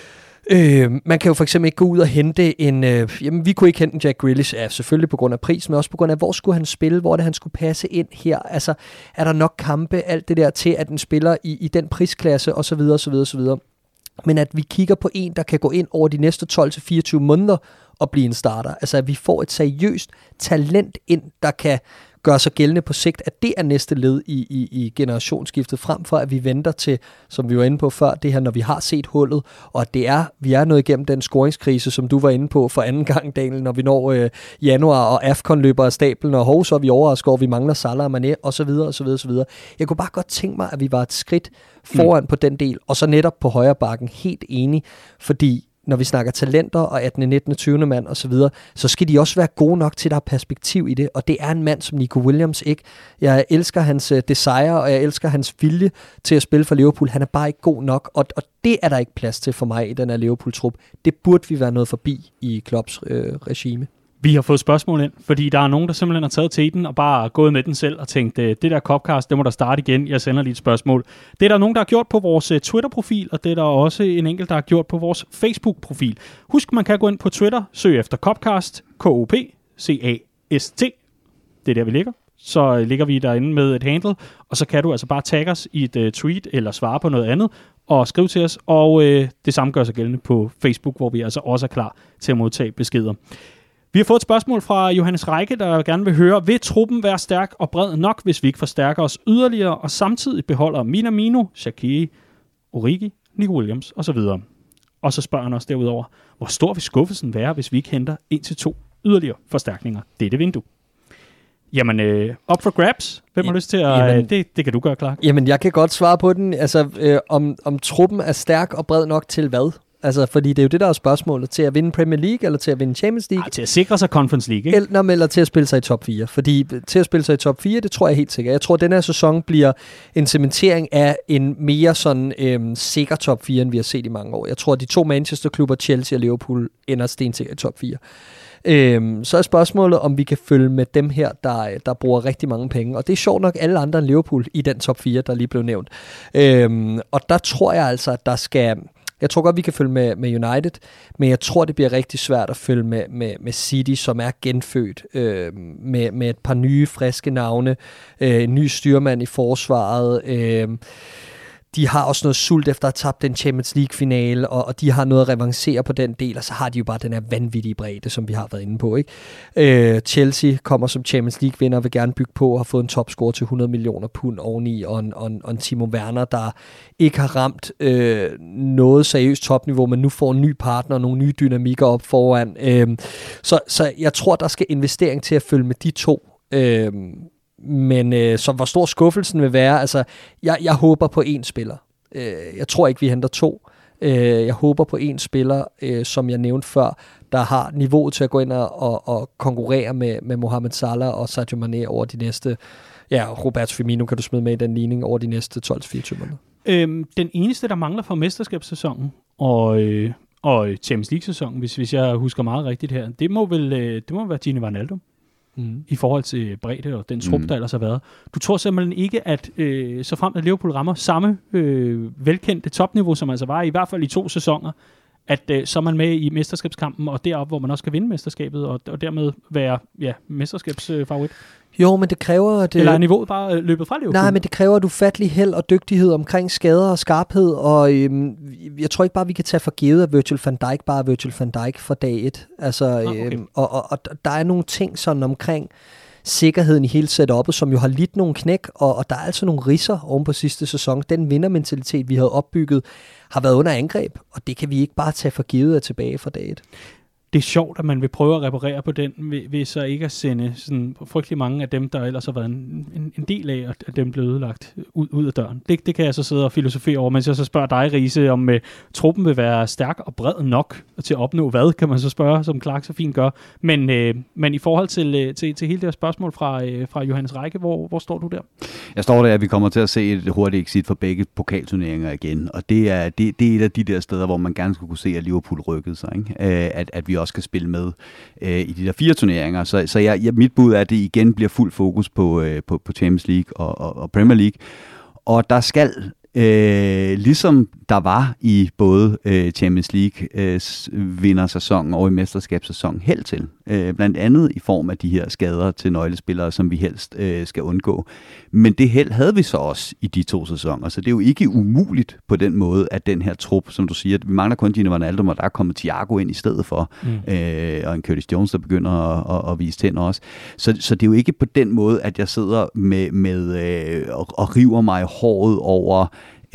man kan jo for eksempel ikke gå ud og hente en... jamen, vi kunne ikke hente en Jack Grealish, ja, selvfølgelig på grund af pris, men også på grund af, hvor skulle han spille, hvor det han skulle passe ind her. Altså, er der nok kampe, alt det der til, at den spiller i den prisklasse, osv., osv., osv. Men at vi kigger på en, der kan gå ind over de næste 12-24 måneder og blive en starter. Altså, at vi får et seriøst talent ind, der kan gøre sig gældende på sigt, at det er næste led i generationsskiftet, frem for at vi venter til, som vi var inde på før, det her, når vi har set hullet, og at vi er nået igennem den scoringskrise, som du var inde på for anden gang, Daniel, når vi når januar, og AFCON løber af stablen, og så er vi overrasket over, vi mangler Salah og Mané, osv., osv., osv. Jeg kunne bare godt tænke mig, at vi var et skridt foran på den del, og så netop på højre bakken, helt enig, fordi når vi snakker talenter og 18., 19., 20. mand og så videre, så skal de også være gode nok til, at der er perspektiv i det. Og det er en mand som Nico Williams ikke. Jeg elsker hans desire, og jeg elsker hans vilje til at spille for Liverpool. Han er bare ikke god nok, og det er der ikke plads til for mig i den her Liverpool-trup. Det burde vi være noget forbi i Klopps regime. Vi har fået spørgsmål ind, fordi der er nogen, der simpelthen har taget teten og bare gået med den selv og tænkt, det der Copcast, det må der starte igen. Jeg sender lige et spørgsmål. Det er der nogen, der har gjort på vores Twitter-profil, og det er der også en enkelt, der har gjort på vores Facebook-profil. Husk, man kan gå ind på Twitter, søg efter Copcast, K-O-P-C-A-S-T. Det er der, vi ligger. Så ligger vi derinde med et handle, og så kan du altså bare tagge os i et tweet eller svare på noget andet og skrive til os. Og det samme gør sig gældende på Facebook, hvor vi altså også er klar til at modtage beskeder. Vi har fået et spørgsmål fra Johannes Række, der gerne vil høre, vil truppen være stærk og bred nok, hvis vi ikke forstærker os yderligere, og samtidig beholder Minamino, Shaqiri, Origi, Nico Williams osv. Og så spørger han os derudover, hvor stor vil skuffelsen være, hvis vi ikke henter 1-2 yderligere forstærkninger? Det er det vindue. Jamen, up for grabs. Hvem har lyst til at... Det kan du gøre, Clark. Jamen, jeg kan godt svare på den. Altså, om truppen er stærk og bred nok til hvad? Altså, fordi det er jo det, der er spørgsmålet. Til at vinde Premier League, eller til at vinde Champions League? Til at sikre sig Conference League, ikke? Eller til at spille sig i top 4. Fordi til at spille sig i top 4, det tror jeg helt sikkert. Jeg tror, at den her sæson bliver en cementering af en mere sådan sikker top 4, end vi har set i mange år. Jeg tror, at de to Manchester-klubber, Chelsea og Liverpool, ender stensikker i top 4. Så er spørgsmålet, om vi kan følge med dem her, der bruger rigtig mange penge. Og det er sjovt nok alle andre end Liverpool i den top 4, der lige blev nævnt. Og der tror jeg altså, at der skal... Jeg tror godt, vi kan følge med United, men jeg tror, det bliver rigtig svært at følge med City, som er genfødt med et par nye, friske navne, en ny styrmand i forsvaret. De har også noget sult efter at have tabt den Champions League-finale, og de har noget at revancere på den del, og så har de jo bare den her vanvittige bredde, som vi har været inde på, ikke? Chelsea kommer som Champions League-vinder og vil gerne bygge på og har fået en topscore til 100 millioner pund oveni, og en Timo Werner, der ikke har ramt noget seriøst topniveau, men nu får en ny partner og nogle nye dynamikker op foran. Så jeg tror, der skal investering til at følge med de to. Men så hvor stor skuffelsen vil være, altså jeg håber på én spiller. Jeg tror ikke, vi henter 2. Jeg håber på én spiller, som jeg nævnte før, der har niveauet til at gå ind og konkurrere med Mohamed Salah og Sadio Mane over de næste, Roberto Firmino kan du smide med i den ligning, over de næste 12-24 måneder. Den eneste, der mangler for mesterskabssæsonen og Champions League-sæsonen, hvis jeg husker meget rigtigt her, det må være Gini Wijnaldum. I forhold til bredde og den trup, der ellers har været. Du tror simpelthen ikke, at så frem at Liverpool rammer samme velkendte topniveau, som altså var i hvert fald i 2 sæsoner, at så er man med i mesterskabskampen, og deroppe, hvor man også skal vinde mesterskabet, og dermed være mesterskabsfavorit? Jo, men det kræver... Eller er niveauet bare løbet fra Liverpool? Nej, men det kræver et ufattelig held og dygtighed omkring skader og skarphed, og jeg tror ikke bare, vi kan tage for givet, at Virgil van Dijk bare er Virgil van Dijk fra dag 1. Altså, okay. Og der er nogle ting sådan omkring sikkerheden i hele setup'et, som jo har lidt nogle knæk, og der er altså nogle ridser oven på sidste sæson. Den vindermentalitet, vi havde opbygget, har været under angreb, og det kan vi ikke bare tage for givet af tilbage fra dag 1. Det er sjovt, at man vil prøve at reparere på den, ved så ikke at sende sådan frygtelig mange af dem, der ellers har været en del af, at dem blev ødelagt ud af døren. Det kan jeg så sidde og filosofere over, mens jeg så spørger dig, Riese, om truppen vil være stærk og bred nok til at opnå hvad, kan man så spørge, som Clark så fint gør. Men i forhold til hele det her spørgsmål fra Johannes Række, hvor står du der? Jeg står der, at vi kommer til at se et hurtigt exit for begge pokalturneringer igen, og det er et af de der steder, hvor man gerne skulle kunne se, at Liverpool rykkede sig, ikke? At vi også skal spille med i de der 4 turneringer. Så mit bud er, at det igen bliver fuld fokus på Champions League og Premier League. Og der skal, ligesom der var i både Champions League vindersæsonen og i mesterskabssæsonen, held til. Blandt andet i form af de her skader til nøglespillere, som vi helst skal undgå. Men det held havde vi så også i de 2 sæsoner, så det er jo ikke umuligt på den måde, at den her trup, som du siger, at vi mangler kun Gini Wijnaldum, og der er kommet Thiago ind i stedet for, og en Curtis Jones, der begynder at vise tænder også. Så det er jo ikke på den måde, at jeg sidder med og river mig i håret over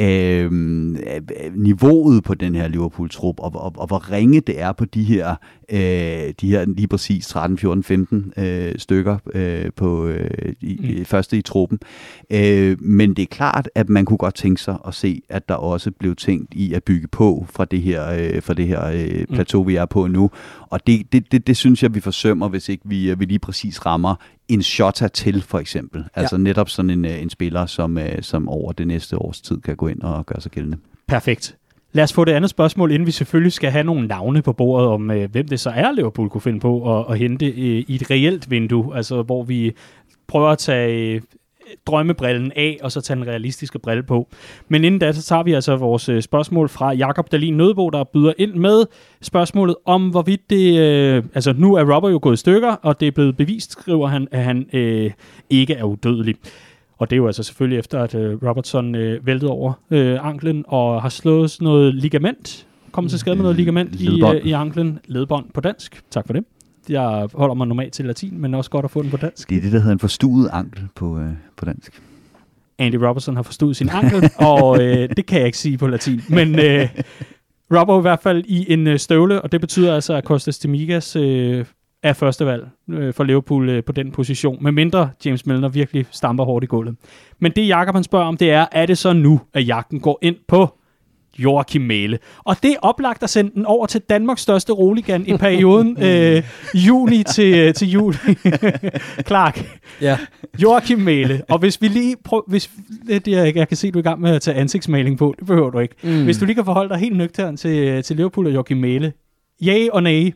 niveauet på den her Liverpool-trup, og hvor ringe det er på de her lige præcis 13, 14, 15 stykker første i truppen. Men det er klart, at man kunne godt tænke sig at se, at der også blev tænkt i at bygge på fra det her plateau, vi er på nu. Og det synes jeg, vi forsømmer, hvis ikke vi lige præcis rammer en Shota til, for eksempel. Altså netop sådan en spiller, som over det næste års tid kan gå ind og gøre sig gældende. Perfekt. Lad os få det andet spørgsmål, inden vi selvfølgelig skal have nogle navne på bordet om, hvem det så er, Liverpool kunne finde på at hente i et reelt vindue, altså hvor vi prøver at tage drømmebrillen af, og så tage den realistiske brille på. Men inden da, så tager vi altså vores spørgsmål fra Jakob Dahlin Nødebo, der byder ind med spørgsmålet om, hvorvidt det... altså, nu er Robert jo gået i stykker, og det er blevet bevist, skriver han, at han ikke er udødelig. Og det er jo altså selvfølgelig efter, at Robertson væltede over anklen og har slået noget ligament. Kommet til skade med noget ligament i anklen. Ledbånd på dansk. Tak for det. Jeg holder mig normalt til latin, men også godt at få den på dansk. Det er det, der hedder en forstuet ankel på dansk. Andy Robertson har forstuet sin ankel, og det kan jeg ikke sige på latin. Men Robert er i hvert fald i en støvle, og det betyder altså, at Kostas Tsimikas er første valg for Liverpool på den position, medmindre James Milner virkelig stamper hårdt i gulvet. Men det Jakob han spørger om, det er det så nu, at jagten går ind på Joachim Mæhle. Og det er oplagt at sende den over til Danmarks største roligan i perioden juni til juli. Clark. Ja. Joachim Mæhle. Og hvis vi lige jeg kan se, at du er i gang med at tage ansigtsmaling på. Det behøver du ikke. Hvis du lige kan forholde dig helt nøgtern til Liverpool og Joachim Mæhle. Ja og nej?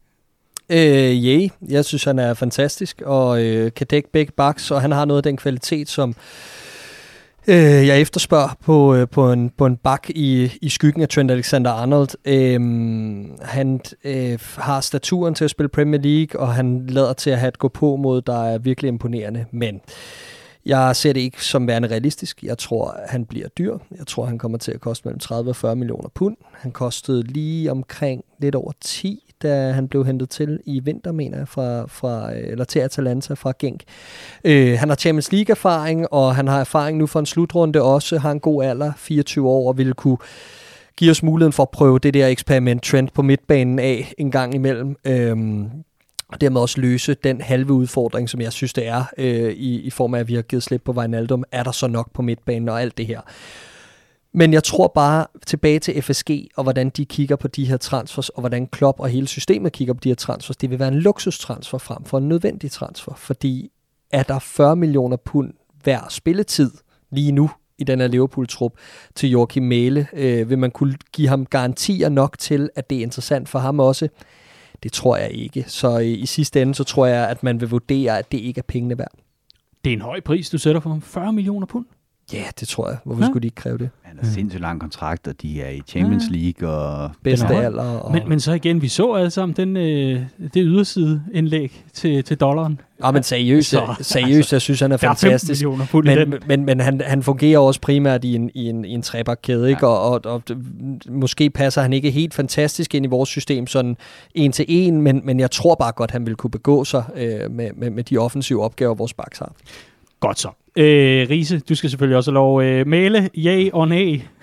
Jeg synes, han er fantastisk og kan dække begge backs, og han har noget af den kvalitet, som jeg efterspørger på en bak i skyggen af Trent Alexander-Arnold. Han har staturen til at spille Premier League, og han lader til at have et gå på mod, der er virkelig imponerende. Men jeg ser det ikke som værende realistisk. Jeg tror, han bliver dyr. Jeg tror, han kommer til at koste mellem 30 og 40 millioner pund. Han kostede lige omkring lidt over 10, da han blev hentet til i vinter, mener jeg, eller til Atalanta fra Genk. Han har Champions League-erfaring, og han har erfaring nu for en slutrunde også, har en god alder, 24 år, og ville kunne give os muligheden for at prøve det der eksperiment Trent på midtbanen af en gang imellem. Og dermed også løse den halve udfordring, som jeg synes, det er, i form af, at vi har givet slip på Wijnaldum. Er der så nok på midtbanen og alt det her? Men jeg tror bare tilbage til FSG, og hvordan de kigger på de her transfers, og hvordan Klopp og hele systemet kigger på de her transfers. Det vil være en luksustransfer frem for en nødvendig transfer, fordi er der 40 millioner pund hver spilletid lige nu i den her Liverpool-trup til Joachim Mæhle, vil man kunne give ham garantier nok til, at det er interessant for ham også? Det tror jeg ikke. Så i sidste ende, så tror jeg, at man vil vurdere, at det ikke er pengene værd. Det er en høj pris, du sætter for ham. 40 millioner pund? Ja, det tror jeg. Hvorfor skulle de ikke kræve det? Han har sindssygt lang kontrakt, og de er i Champions League. Og bedste alder. Og... Men så igen, vi så alle sammen det yderside indlæg til dollaren. Ja, men seriøst, jeg synes, han er fantastisk. Men han fungerer også primært i en trebakkæde, ikke? Og måske passer han ikke helt fantastisk ind i vores system, sådan en til en, men jeg tror bare godt, han vil kunne begå sig med de offensive opgaver, vores backs har. Godt så. Riese, du skal selvfølgelig også lov Mæhle, ja og nej.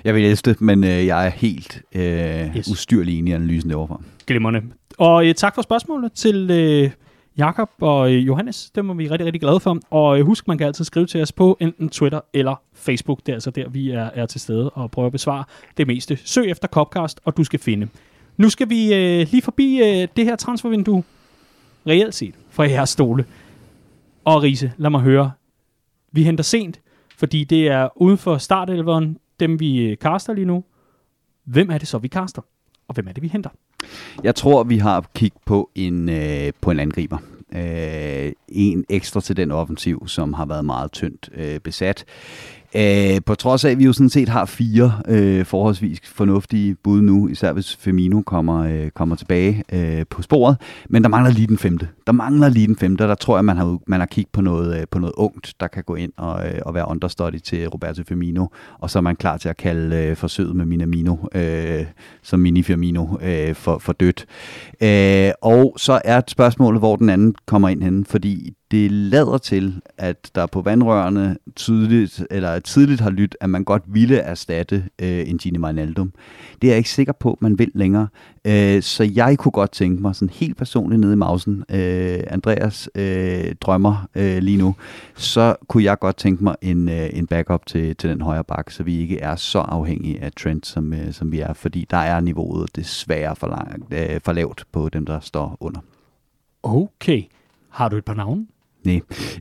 Jeg vil elske det, men jeg er helt ustyrlig enig i analysen derovre. Glimrende. Og tak for spørgsmålet til Jakob og Johannes. Det var vi rigtig, rigtig glade for. Og husk, man kan altid skrive til os på enten Twitter eller Facebook. Det er altså der, vi er til stede og prøver at besvare det meste. Søg efter Copcast, og du skal finde. Nu skal vi lige forbi det her transfervindue, reelt set, fra jeres stole. Og Riese, lad mig høre. Vi henter sent, fordi det er uden for startelveren, dem vi kaster lige nu. Hvem er det så, vi kaster? Og hvem er det, vi henter? Jeg tror, vi har kigget på en angriber. En ekstra til den offensiv, som har været meget tyndt besat. På trods af, at vi jo sådan set har 4 forholdsvis fornuftige bud nu, især hvis Firmino kommer tilbage på sporet, men der mangler lige den 5. Der tror jeg, man har kigget på noget ungt, der kan gå ind og være understudy til Roberto Firmino, og så er man klar til at kalde forsøget med Minamino som Mini Firmino for dødt. Og så er spørgsmålet, hvor den anden kommer ind henne, fordi det lader til, at der på vandrørene tidligt har lyttet, at man godt ville erstatte en Gini Wijnaldum. Det er jeg ikke sikker på, at man vil længere. Så jeg kunne godt tænke mig, sådan helt personligt nede i mausen, Andreas drømmer lige nu, så kunne jeg godt tænke mig en backup til den højre bak, så vi ikke er så afhængige af Trent, som vi er, fordi der er niveauet desværre for lavt på dem, der står under. Okay. Har du et par navne? Nej.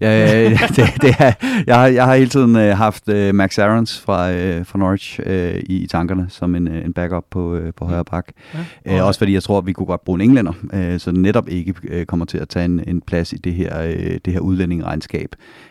Jeg har hele tiden haft Max Aarons fra Norwich i tankerne som en backup på højre bak. Ja. Også fordi jeg tror, at vi kunne godt bruge en englænder, så den netop ikke kommer til at tage en plads i det her udlændingeregnskab,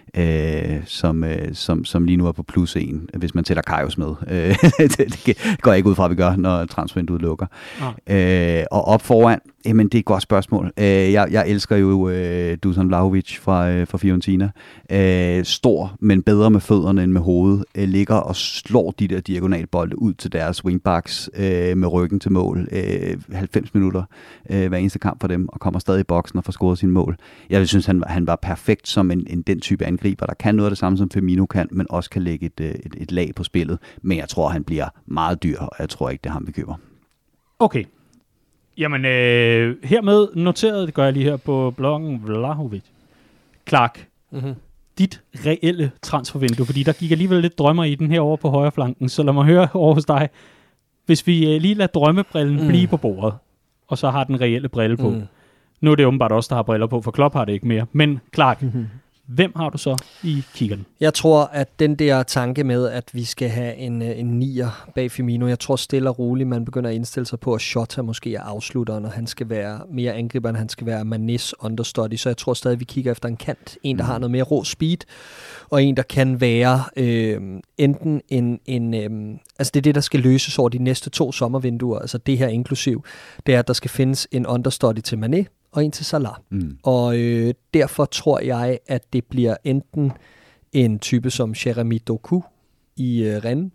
som lige nu er på plus 1, hvis man tæller Karius med. Det går jeg ikke ud fra, at vi gør, når transfervinduet lukker. Og op foran, jamen det er et godt spørgsmål. Jeg elsker jo Dusan Vlahovic fra Fiorentina. Stor, men bedre med fødderne end med hovedet. Ligger og slår de der diagonalbolde ud til deres wingbacks med ryggen til mål. 90 minutter hver eneste kamp for dem, og kommer stadig i boksen og får scoret sin mål. Jeg synes, han var perfekt som den type angriber, der kan noget af det samme, som Firmino kan, men også kan lægge et lag på spillet. Men jeg tror, han bliver meget dyr, og jeg tror ikke, det er ham, vi køber. Okay. Jamen, hermed noteret, det gør jeg lige her på bloggen, Vlahovic. Clark, dit reelle transfervindue, fordi der gik alligevel lidt drømmer i den her over på højre flanken, så lad mig høre over hos dig. Hvis vi lige lader drømmebrillen blive på bordet, og så har den reelle brille på. Nu er det åbenbart også, der har briller på, for Klopp har det ikke mere. Men Clark, hvem har du så i kiggeren? Jeg tror, at den der tanke med, at vi skal have en nier bag Firmino, jeg tror stille og roligt, man begynder at indstille sig på, at Jota måske er afslutteren, og han skal være mere angriber, end han skal være Manes understudy. Så jeg tror stadig, vi kigger efter en kant. En, der har noget mere rå speed, og en, der kan være enten altså det er det, der skal løses over de næste 2 sommervinduer, altså det her inklusiv, det er, at der skal findes en understudy til Mané, og en til Salah. Og derfor tror jeg, at det bliver enten en type som Jeremy Doku i Rennes,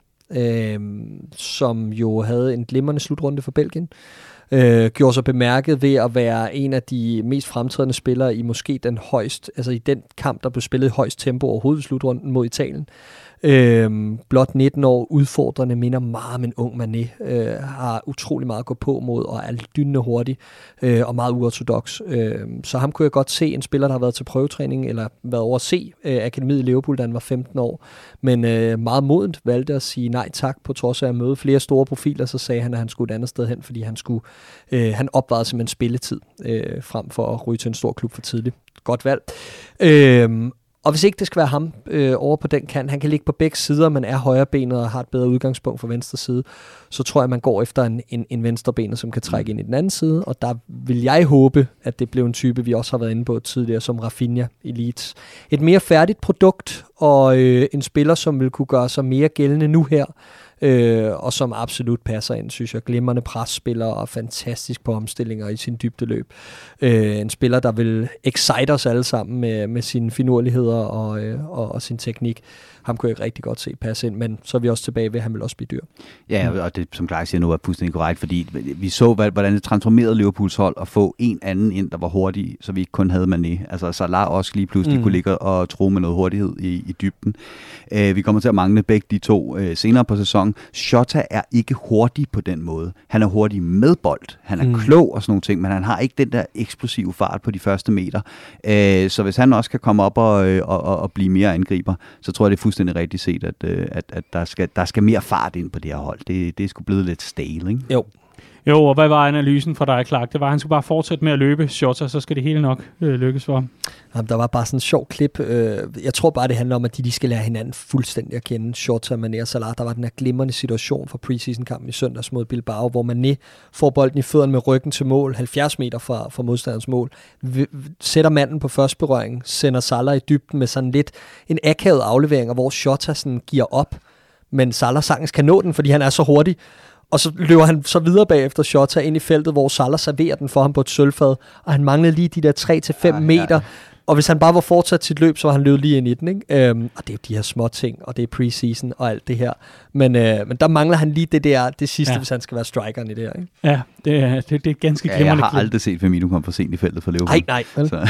som jo havde en glimrende slutrunde for Belgien, gjorde sig bemærket ved at være en af de mest fremtrædende spillere i måske den højst, altså i den kamp, der blev spillet i højst tempo overhovedet i slutrunden mod Italien. Blot 19 år, udfordrende, minder meget om en ung Mané, har utrolig meget at gå på mod, og er dyndende hurtig, og meget uortodox. Så ham kunne jeg godt se, en spiller, der har været til prøvetræning, eller været over at se akademiet i Liverpool, da han var 15 år, men meget modent valgte at sige nej tak, på trods af at møde flere store profiler, så sagde han, at han skulle et andet sted hen, fordi han opvejede simpelthen spilletid, frem for at ryge til en stor klub for tidligt. Godt valg. Og hvis ikke det skal være ham over på den kant, han kan ligge på begge sider, men er højrebenet og har et bedre udgangspunkt for venstre side, så tror jeg, man går efter en venstrebenet, som kan trække ind i den anden side, og der vil jeg håbe, at det blev en type, vi også har været inde på tidligere, som Rafinha i Leeds. Et mere færdigt produkt, og en spiller, som vil kunne gøre sig mere gældende nu her, og som absolut passer ind, synes jeg. Glimrende presspiller og fantastisk på omstillinger i sin dybdeløb. En spiller, der vil excite os alle sammen med sine finurligheder og sin teknik. Ham kunne jeg rigtig godt se passe ind, men så er vi også tilbage ved, at han vil også blive dyr. Ja, og det, som Clark siger nu, er fuldstændig korrekt, fordi vi så, hvordan det transformerede Liverpools hold at få en anden ind, der var hurtig, så vi ikke kun havde Mané. Altså Salah også lige pludselig kunne ligge og tro med noget hurtighed i dybden. Vi kommer til at mangle begge de to senere på sæsonen. sæson. Shota er ikke hurtig på den måde. Han er hurtig med bold. Han er klog og sådan nogle ting, men han har ikke den der eksplosive fart på de første meter. Så hvis han også kan komme op og blive mere angriber, så tror jeg, det er fuldstændig rigtigt set, at der skal mere fart ind på det her hold. Det er sgu blevet lidt stale, ikke? Jo, og hvad var analysen for dig, Clark? Det var, at han skulle bare fortsætte med at løbe Shota, så skal det hele nok lykkes for ham. Jamen, der var bare sådan en sjov klip. Jeg tror bare, det handler om, at de skal lære hinanden fuldstændig at kende. Shota, Mané og Salah. Der var den her glimrende situation for preseason-kampen i søndags mod Bilbao, hvor Mané får bolden i fødderne med ryggen til mål, 70 meter fra modstanderens mål, sætter manden på første berøring, sender Salah i dybden med sådan lidt en akavet aflevering, hvor Shota sådan giver op, men Salah sagtens kan nå den, fordi han er så hurtig. Og så løber han så videre bagefter Shota ind i feltet, hvor Salah serverer den for ham på et sølvfad, og han manglede lige de der 3-5 meter. Ja. Og hvis han bare var fortsat sit løb, så var han løbet lige ind i den, ikke? Og det er jo de her små ting, og det er preseason og alt det her. Men der mangler han lige det sidste, hvis han skal være strikeren i det her, ikke? Ja, det er ganske glimrende. Jeg har aldrig set Firmino komme for sent i feltet for Liverpool. Nej.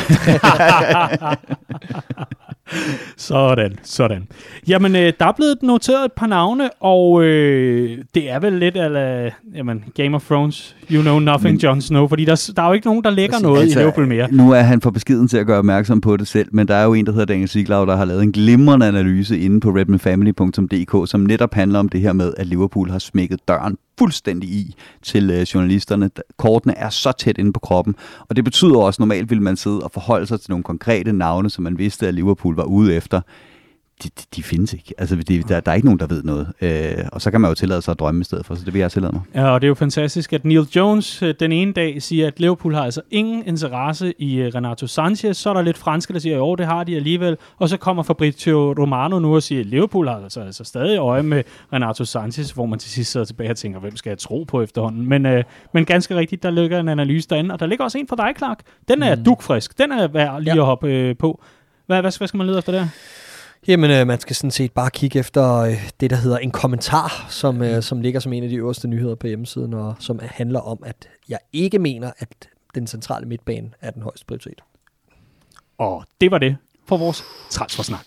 Sådan. Jamen, der er blevet noteret et par navne, og det er vel lidt af Game of Thrones, you know nothing, Jon Snow, fordi der er jo ikke nogen, der lægger noget i Liverpool mere. Nu er han for beskeden til at gøre opmærksom på det selv, men der er jo en, der hedder Daniel Siglau, der har lavet en glimrende analyse inde på redmanfamily.dk, som netop handler om det her med, at Liverpool har smækket døren fuldstændig i til journalisterne. Kortene er så tæt inde på kroppen, og det betyder også, normalt vil man sidde og forholde sig til nogle konkrete navne, som man vidste, at Liverpool var ude efter. De findes ikke. Altså, der er ikke nogen, der ved noget. Og så kan man jo tillade sig at drømme i stedet for, så det vil jeg tillade mig. Ja, og det er jo fantastisk, at Neil Jones den ene dag siger, at Liverpool har altså ingen interesse i Renato Sanchez. Så er der lidt franske, der siger, jo, det har de alligevel. Og så kommer Fabrizio Romano nu og siger, at Liverpool har altså stadig øje med Renato Sanchez, hvor man til sidst sidder tilbage og tænker, hvem skal jeg tro på efterhånden? Men ganske rigtigt, der ligger en analyse derinde, og der ligger også en for dig, Clark. Den er dugfrisk. Den er værd lige at hoppe på. Hvad skal man lede efter der? Jamen, man skal sådan set bare kigge efter det, der hedder en kommentar, som ligger som en af de øverste nyheder på hjemmesiden, og som handler om, at jeg ikke mener, at den centrale midtbane er den højeste prioritet. Og det var det for vores transfersnak.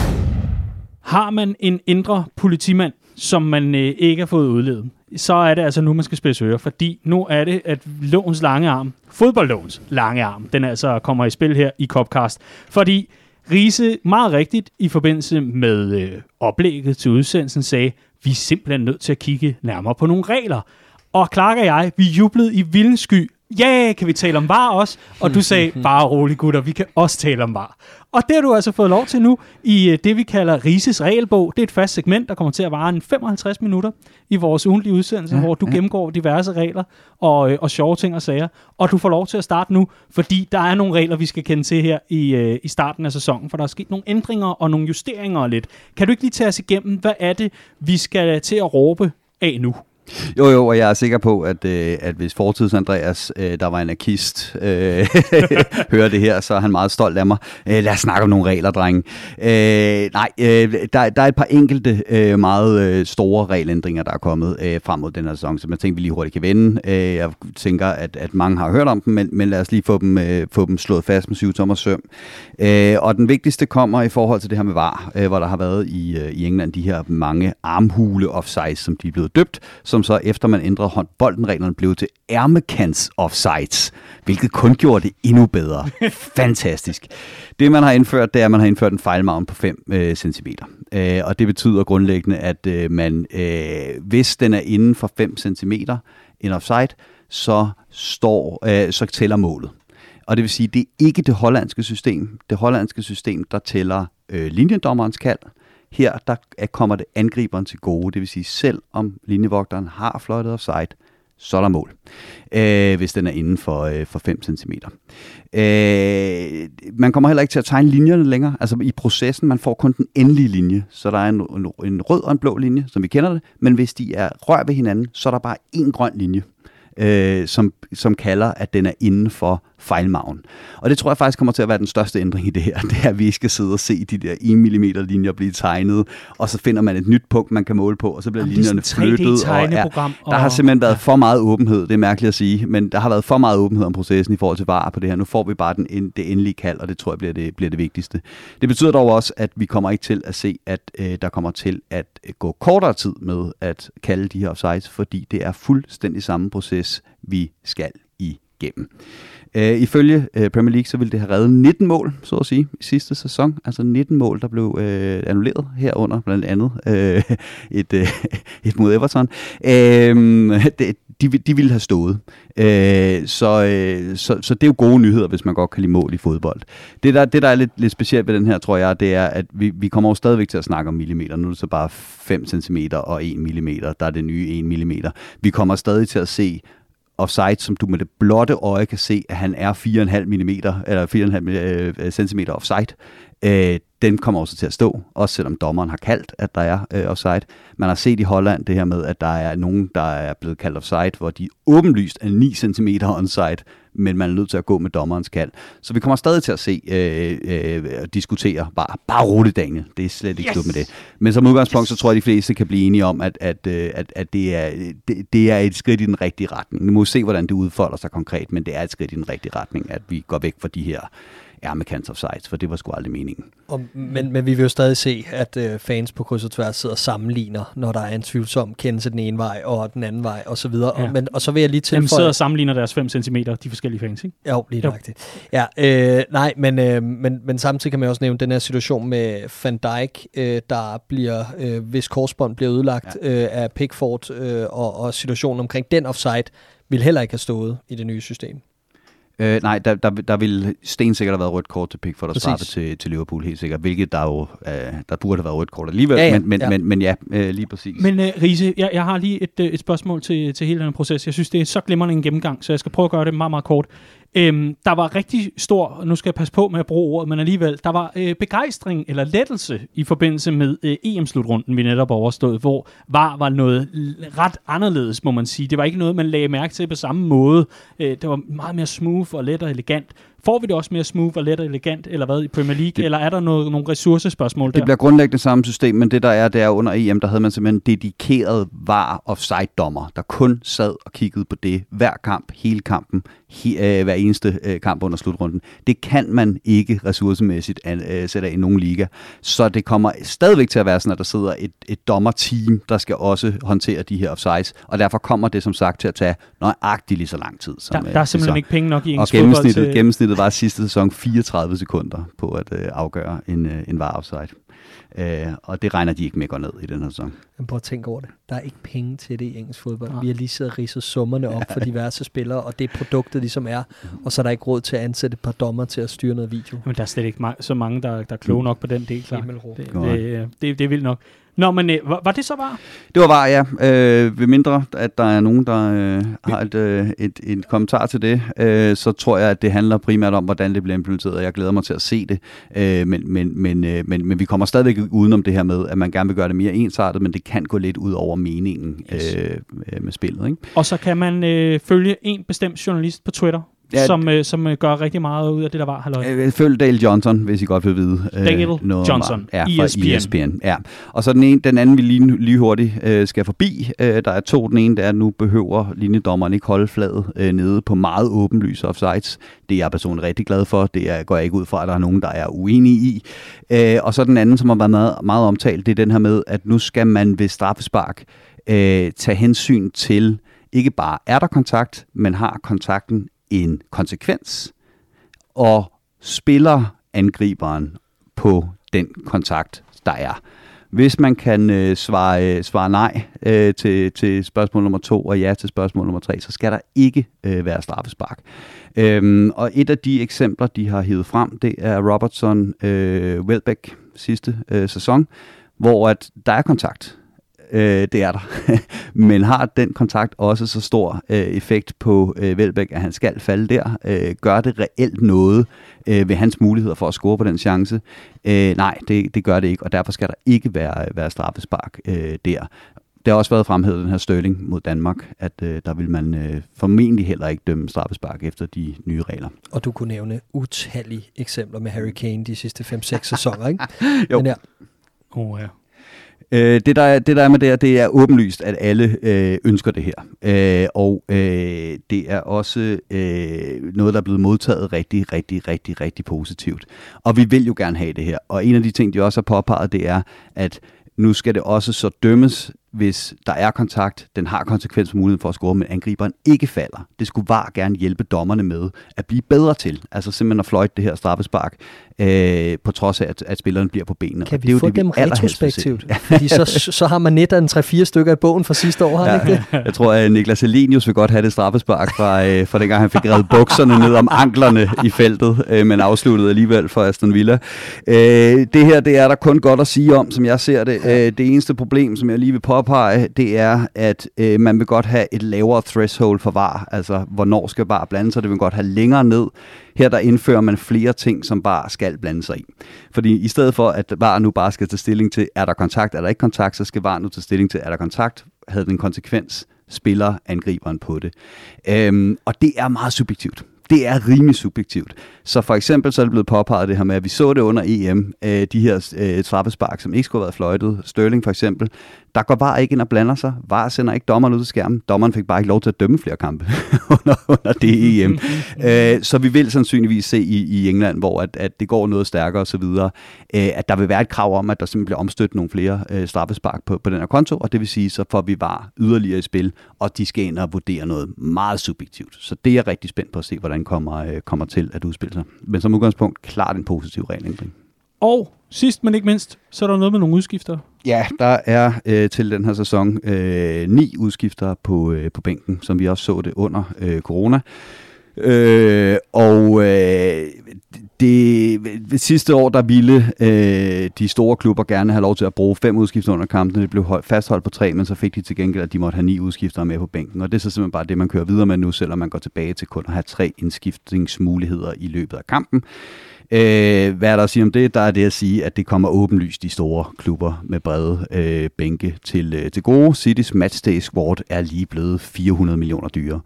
Har man en indre politimand, som man ikke har fået udledet, så er det altså nu, man skal spidse ører, fordi nu er det, at lovens lange arm, fodboldlovens lange arm, den altså kommer i spil her i Copcast, fordi Riise meget rigtigt i forbindelse med oplægget til udsendelsen sagde, vi er simpelthen nødt til at kigge nærmere på nogle regler. Og Clark og jeg, vi jublede i vildens sky. Ja, kan vi tale om VAR også? Og du sagde, bare rolig gutter, vi kan også tale om VAR. Og det har du altså fået lov til nu i det, vi kalder Rises regelbog. Det er et fast segment, der kommer til at vare en 55 minutter i vores ugentlige udsendelse, hvor du gennemgår diverse regler og sjove ting og sager. Og du får lov til at starte nu, fordi der er nogle regler, vi skal kende til her i starten af sæsonen, for der er sket nogle ændringer og nogle justeringer lidt. Kan du ikke lige tage os igennem, hvad er det, vi skal til at råbe af nu? Jo, og jeg er sikker på, at hvis fortids Andreas, der var anarkist, hører det her, så er han meget stolt af mig. Lad os snakke om nogle regler, drenge. Der er et par enkelte meget store regelændringer, der er kommet frem mod den her sæson, som jeg tænker, vi lige hurtigt kan vende. Jeg tænker, at mange har hørt om dem, men lad os lige få dem slået fast med 7-tommer søm. Og den vigtigste kommer i forhold til det her med VAR, hvor der har været i England de her mange armhule offsides, som de er blevet døbt, som så efter man ændrede håndboldenreglerne blev til ærmekants offsides, hvilket kun gjorde det endnu bedre. Fantastisk. Det man har indført, det er, at man har indført en fejlmargen på 5 cm. Og det betyder grundlæggende, at man, hvis den er inden for 5 cm en offside, så tæller målet. Og det vil sige, det er ikke det hollandske system. Det hollandske system, der tæller linjedommerens kald. Her der kommer det angriberen til gode, det vil sige, selv om linjevogteren har fløjtet offside, så er der mål, hvis den er inden for 5 cm. Man kommer heller ikke til at tegne linjerne længere. Altså i processen, man får kun den endelige linje, så der er en rød og en blå linje, som vi kender det, men hvis de er rør ved hinanden, så er der bare en grøn linje, som kalder, at den er inden for fejlmargen. Og det tror jeg faktisk kommer til at være den største ændring i det her. Det er, at vi skal sidde og se de der 1 mm linjer blive tegnet, og så finder man et nyt punkt, man kan måle på, og så bliver linjerne flyttet. Der har simpelthen været for meget åbenhed, det er mærkeligt at sige, men der har været for meget åbenhed om processen i forhold til VAR på det her. Nu får vi bare det endelige kald, og det tror jeg bliver det vigtigste. Det betyder dog også, at vi kommer ikke til at se, at der kommer til at gå kortere tid med at kalde de her offsides, fordi det er fuldstændig samme proces, vi skal igennem. Ifølge Premier League, så ville det have reddet 19 mål, så at sige, i sidste sæson. Altså 19 mål, der blev annulleret herunder, blandt andet et mod Everton. De ville have stået. Så det er jo gode nyheder, hvis man godt kan lide mål i fodbold. Det der er lidt specielt ved den her, tror jeg, det er, at vi kommer jo stadigvæk til at snakke om millimeter. Nu er det så bare 5 cm og 1 mm, der er det nye 1 mm. Vi kommer stadig til at se offside, som du med det blotte øje kan se, at han er 4,5 mm, eller 4,5 cm offside. Den kommer også til at stå, også selvom dommeren har kaldt, at der er offside. Man har set i Holland det her med, at der er nogen, der er blevet kaldt offside, hvor de åbenlyst er 9 cm onside, men man er nødt til at gå med dommerens kald. Så vi kommer stadig til at se og diskutere, bare roligt, Daniel. Det er slet ikke slut med det. Men som udgangspunkt, så tror jeg, de fleste kan blive enige om, at det er et skridt i den rigtige retning. Nu må vi se, hvordan det udfolder sig konkret, men det er et skridt i den rigtige retning, at vi går væk fra de her ærmekants offsides, for det var sgu aldrig meningen. Men vi vil jo stadig se, at fans på kryds og tværs sidder og sammenligner, når der er en tvivlsom kendelse den ene vej og den anden vej og så videre. Ja. Og så vil jeg lige tilføje... Dem sidder og sammenligner deres 5 cm, de forskellige fans, ikke? Jo, lige nøjagtigt. Ja, men samtidig kan man også nævne den her situation med Van Dijk, der bliver, hvis korsbånd bliver udlagt af Pickford, og situationen omkring den offside vil heller ikke have stået i det nye system. Nej, der ville stensikkert have været rødt kort til Pickford og straffe til Liverpool, helt sikkert. Hvilket der jo der burde have været rødt kort alligevel, men lige præcis. Men Riese, jeg har lige et spørgsmål til hele den proces. Jeg synes, det er så glimrende en gennemgang, så jeg skal prøve at gøre det meget, meget kort. Der var rigtig stor, nu skal jeg passe på med at bruge ordet, men alligevel, der var begejstring eller lettelse i forbindelse med EM-slutrunden, vi netop overstod, hvor VAR var noget ret anderledes, må man sige. Det var ikke noget, man lagde mærke til på samme måde. Det var meget mere smooth og let og elegant. Får vi det også mere smooth og let og elegant, eller hvad, i Premier League, eller er der nogle ressourcespørgsmål der? Det bliver grundlæggende samme system, men det er under EM, der havde man simpelthen dedikeret VAR offside-dommer, der kun sad og kiggede på det hver kamp, hele kampen, hver eneste kamp under slutrunden. Det kan man ikke ressourcemæssigt sætte i nogen liga, så det kommer stadigvæk til at være sådan, at der sidder et dommerteam, der skal også håndtere de her offsides, og derfor kommer det som sagt til at tage nøjagtigt lige så lang tid. Der er simpelthen ikke penge nok i engelsk fodbold. Gennemsnittet var sidste sæson 34 sekunder på at afgøre en VAR offside. Og det regner de ikke med at gå ned i den her sæson. Men prøv at tænke over det. Der er ikke penge til det i engelsk fodbold. Vi har lige siddet og ridset summerne op for diverse spillere, og det produktet ligesom er, og så er der ikke råd til at ansætte et par dommer til at styre noget video. Men der er slet ikke så mange, der er kloge nok på den del, klar. Det er vildt nok. Nå, men var det så VAR? Det var VAR, ja. Ved mindre, at der er nogen, der har et kommentar til det, så tror jeg, at det handler primært om, hvordan det bliver implementeret, og jeg glæder mig til at se det. Men vi kommer stadigvæk udenom det her med, at man gerne vil gøre det mere ensartet, men det kan gå lidt ud over meningen med spillet. Ikke? Og så kan man følge en bestemt journalist på Twitter, som gør rigtig meget ud af det, der var. Halløj. Følg Dale Johnson, hvis I godt vil vide. Dale Johnson, ESPN. Ja. Og så den anden, vi lige hurtigt skal forbi. Der er to. Den ene, der er, nu behøver linjedommeren ikke holde flaget nede på meget åbenlyse offsides. Det er jeg personligt rigtig glad for. Det går jeg ikke ud fra, at der er nogen, der er uenige i. Og så den anden, som har været meget, meget omtalt, det er den her med, at nu skal man ved straffespark tage hensyn til, ikke bare er der kontakt, men har kontakten en konsekvens, og spiller angriberen på den kontakt, der er. Hvis man kan svare nej til spørgsmål nummer 2 og ja til spørgsmål nummer 3, så skal der ikke være straffespark. Og et af de eksempler, de har hivet frem, det er Robertson Welbeck sidste sæson, hvor at der er kontakt. Det er der. Men har den kontakt også så stor effekt på Welbeck, at han skal falde der? Gør det reelt noget ved hans muligheder for at score på den chance? Nej, det gør det ikke, og derfor skal der ikke være straffespark der. Det har også været fremhævet, den her Sterling mod Danmark, at der vil man formentlig heller ikke dømme straffespark efter de nye regler. Og du kunne nævne utallige eksempler med Harry Kane de sidste 5-6 sæsoner, ikke? Jo. Men ja. Ja. Det der er med det er åbenlyst, at alle ønsker det her. Og det er også noget, der er blevet modtaget rigtig positivt. Og vi vil jo gerne have det her. Og en af de ting, de også har påpeget, det er, at nu skal det også så dømmes, hvis der er kontakt, den har konsekvens for muligheden for at score, men angriberen ikke falder. Det skulle VAR gerne hjælpe dommerne med at blive bedre til. Altså simpelthen at fløjte det her straffespark, på trods af, at spilleren bliver på benene. Kan vi få dem retrospektivt? Fordi så har man net en 3-4 stykker i bogen fra sidste år, har ikke det? Jeg tror, at Niklas Helenius vil godt have det straffespark fra dengang han fik revet bukserne ned om anklerne i feltet, men afsluttede alligevel for Aston Villa. Det her, det er der kun godt at sige om, som jeg ser det. Det eneste problem, som jeg lige vil påpege, det er, at man vil godt have et lavere threshold for VAR. Altså, hvornår skal VAR blande sig? Det vil godt have længere ned. Her der indfører man flere ting, som VAR skal blande sig i. Fordi i stedet for, at VAR nu bare skal tage stilling til, er der kontakt, er der ikke kontakt, så skal VAR nu tage stilling til, er der kontakt, havde den konsekvens, spiller angriberen på det. Og det er meget subjektivt. Det er rimelig subjektivt. Så for eksempel så er det blevet påpeget det her med, at vi så det under EM, de her straffespark, som ikke skulle have været fløjtet. Sterling for eksempel, der går bare ikke ind og blander sig. VAR sender ikke dommeren ud til skærmen. Dommeren fik bare ikke lov til at dømme flere kampe under det EM. Så vi vil sandsynligvis se i England, hvor at det går noget stærkere osv., at der vil være et krav om, at der simpelthen bliver omstødt nogle flere straffespark på den her konto, og det vil sige, så får vi VAR yderligere i spil, og de skal ind og vurdere noget meget subjektivt. Så det er jeg rigtig spændt på at se, hvordan kommer til at udspille sig. Men som udgangspunkt, klart en positiv regelændring. Og sidst, men ikke mindst, så er der noget med nogle udskifter. Ja, der er til den her sæson 9 udskifter på bænken, som vi også så det under corona. Det sidste år, der ville de store klubber gerne have lov til at bruge 5 udskifter under kampen. Det blev fastholdt på 3, men så fik de til gengæld, at de måtte have 9 udskifter med på bænken. Og det er så simpelthen bare det, man kører videre med nu, selvom man går tilbage til kun at have 3 indskiftningsmuligheder i løbet af kampen. Hvad er der at sige om det? Der er det at sige, at det kommer åbenlyst de store klubber med brede bænke til gode. Citys matchday squad er lige blevet 400 millioner dyre.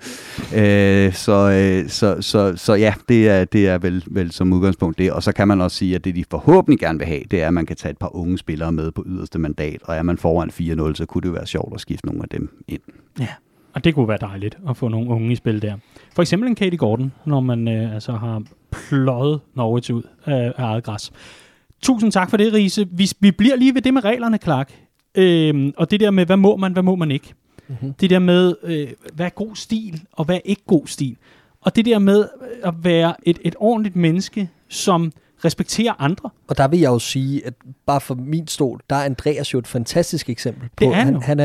Så ja, det er vel som udgangspunkt det. Og så kan man også sige, at det de forhåbentlig gerne vil have, det er, at man kan tage et par unge spillere med på yderste mandat. Og er man foran 4-0, så kunne det jo være sjovt at skifte nogle af dem ind. Ja, og det kunne være dejligt at få nogle unge i spil der. For eksempel en Katie Gordon, når man har pløjet Norwich ud af eget græs. Tusind tak for det, Riese. Vi bliver lige ved det med reglerne, Clark. Og det der med, hvad må man ikke. Mm-hmm. Det der med, hvad er god stil, og hvad er ikke god stil. Og det der med at være et ordentligt menneske, som respekterer andre. Og der vil jeg jo sige, at bare for min stol, der er Andreas jo et fantastisk eksempel på. Det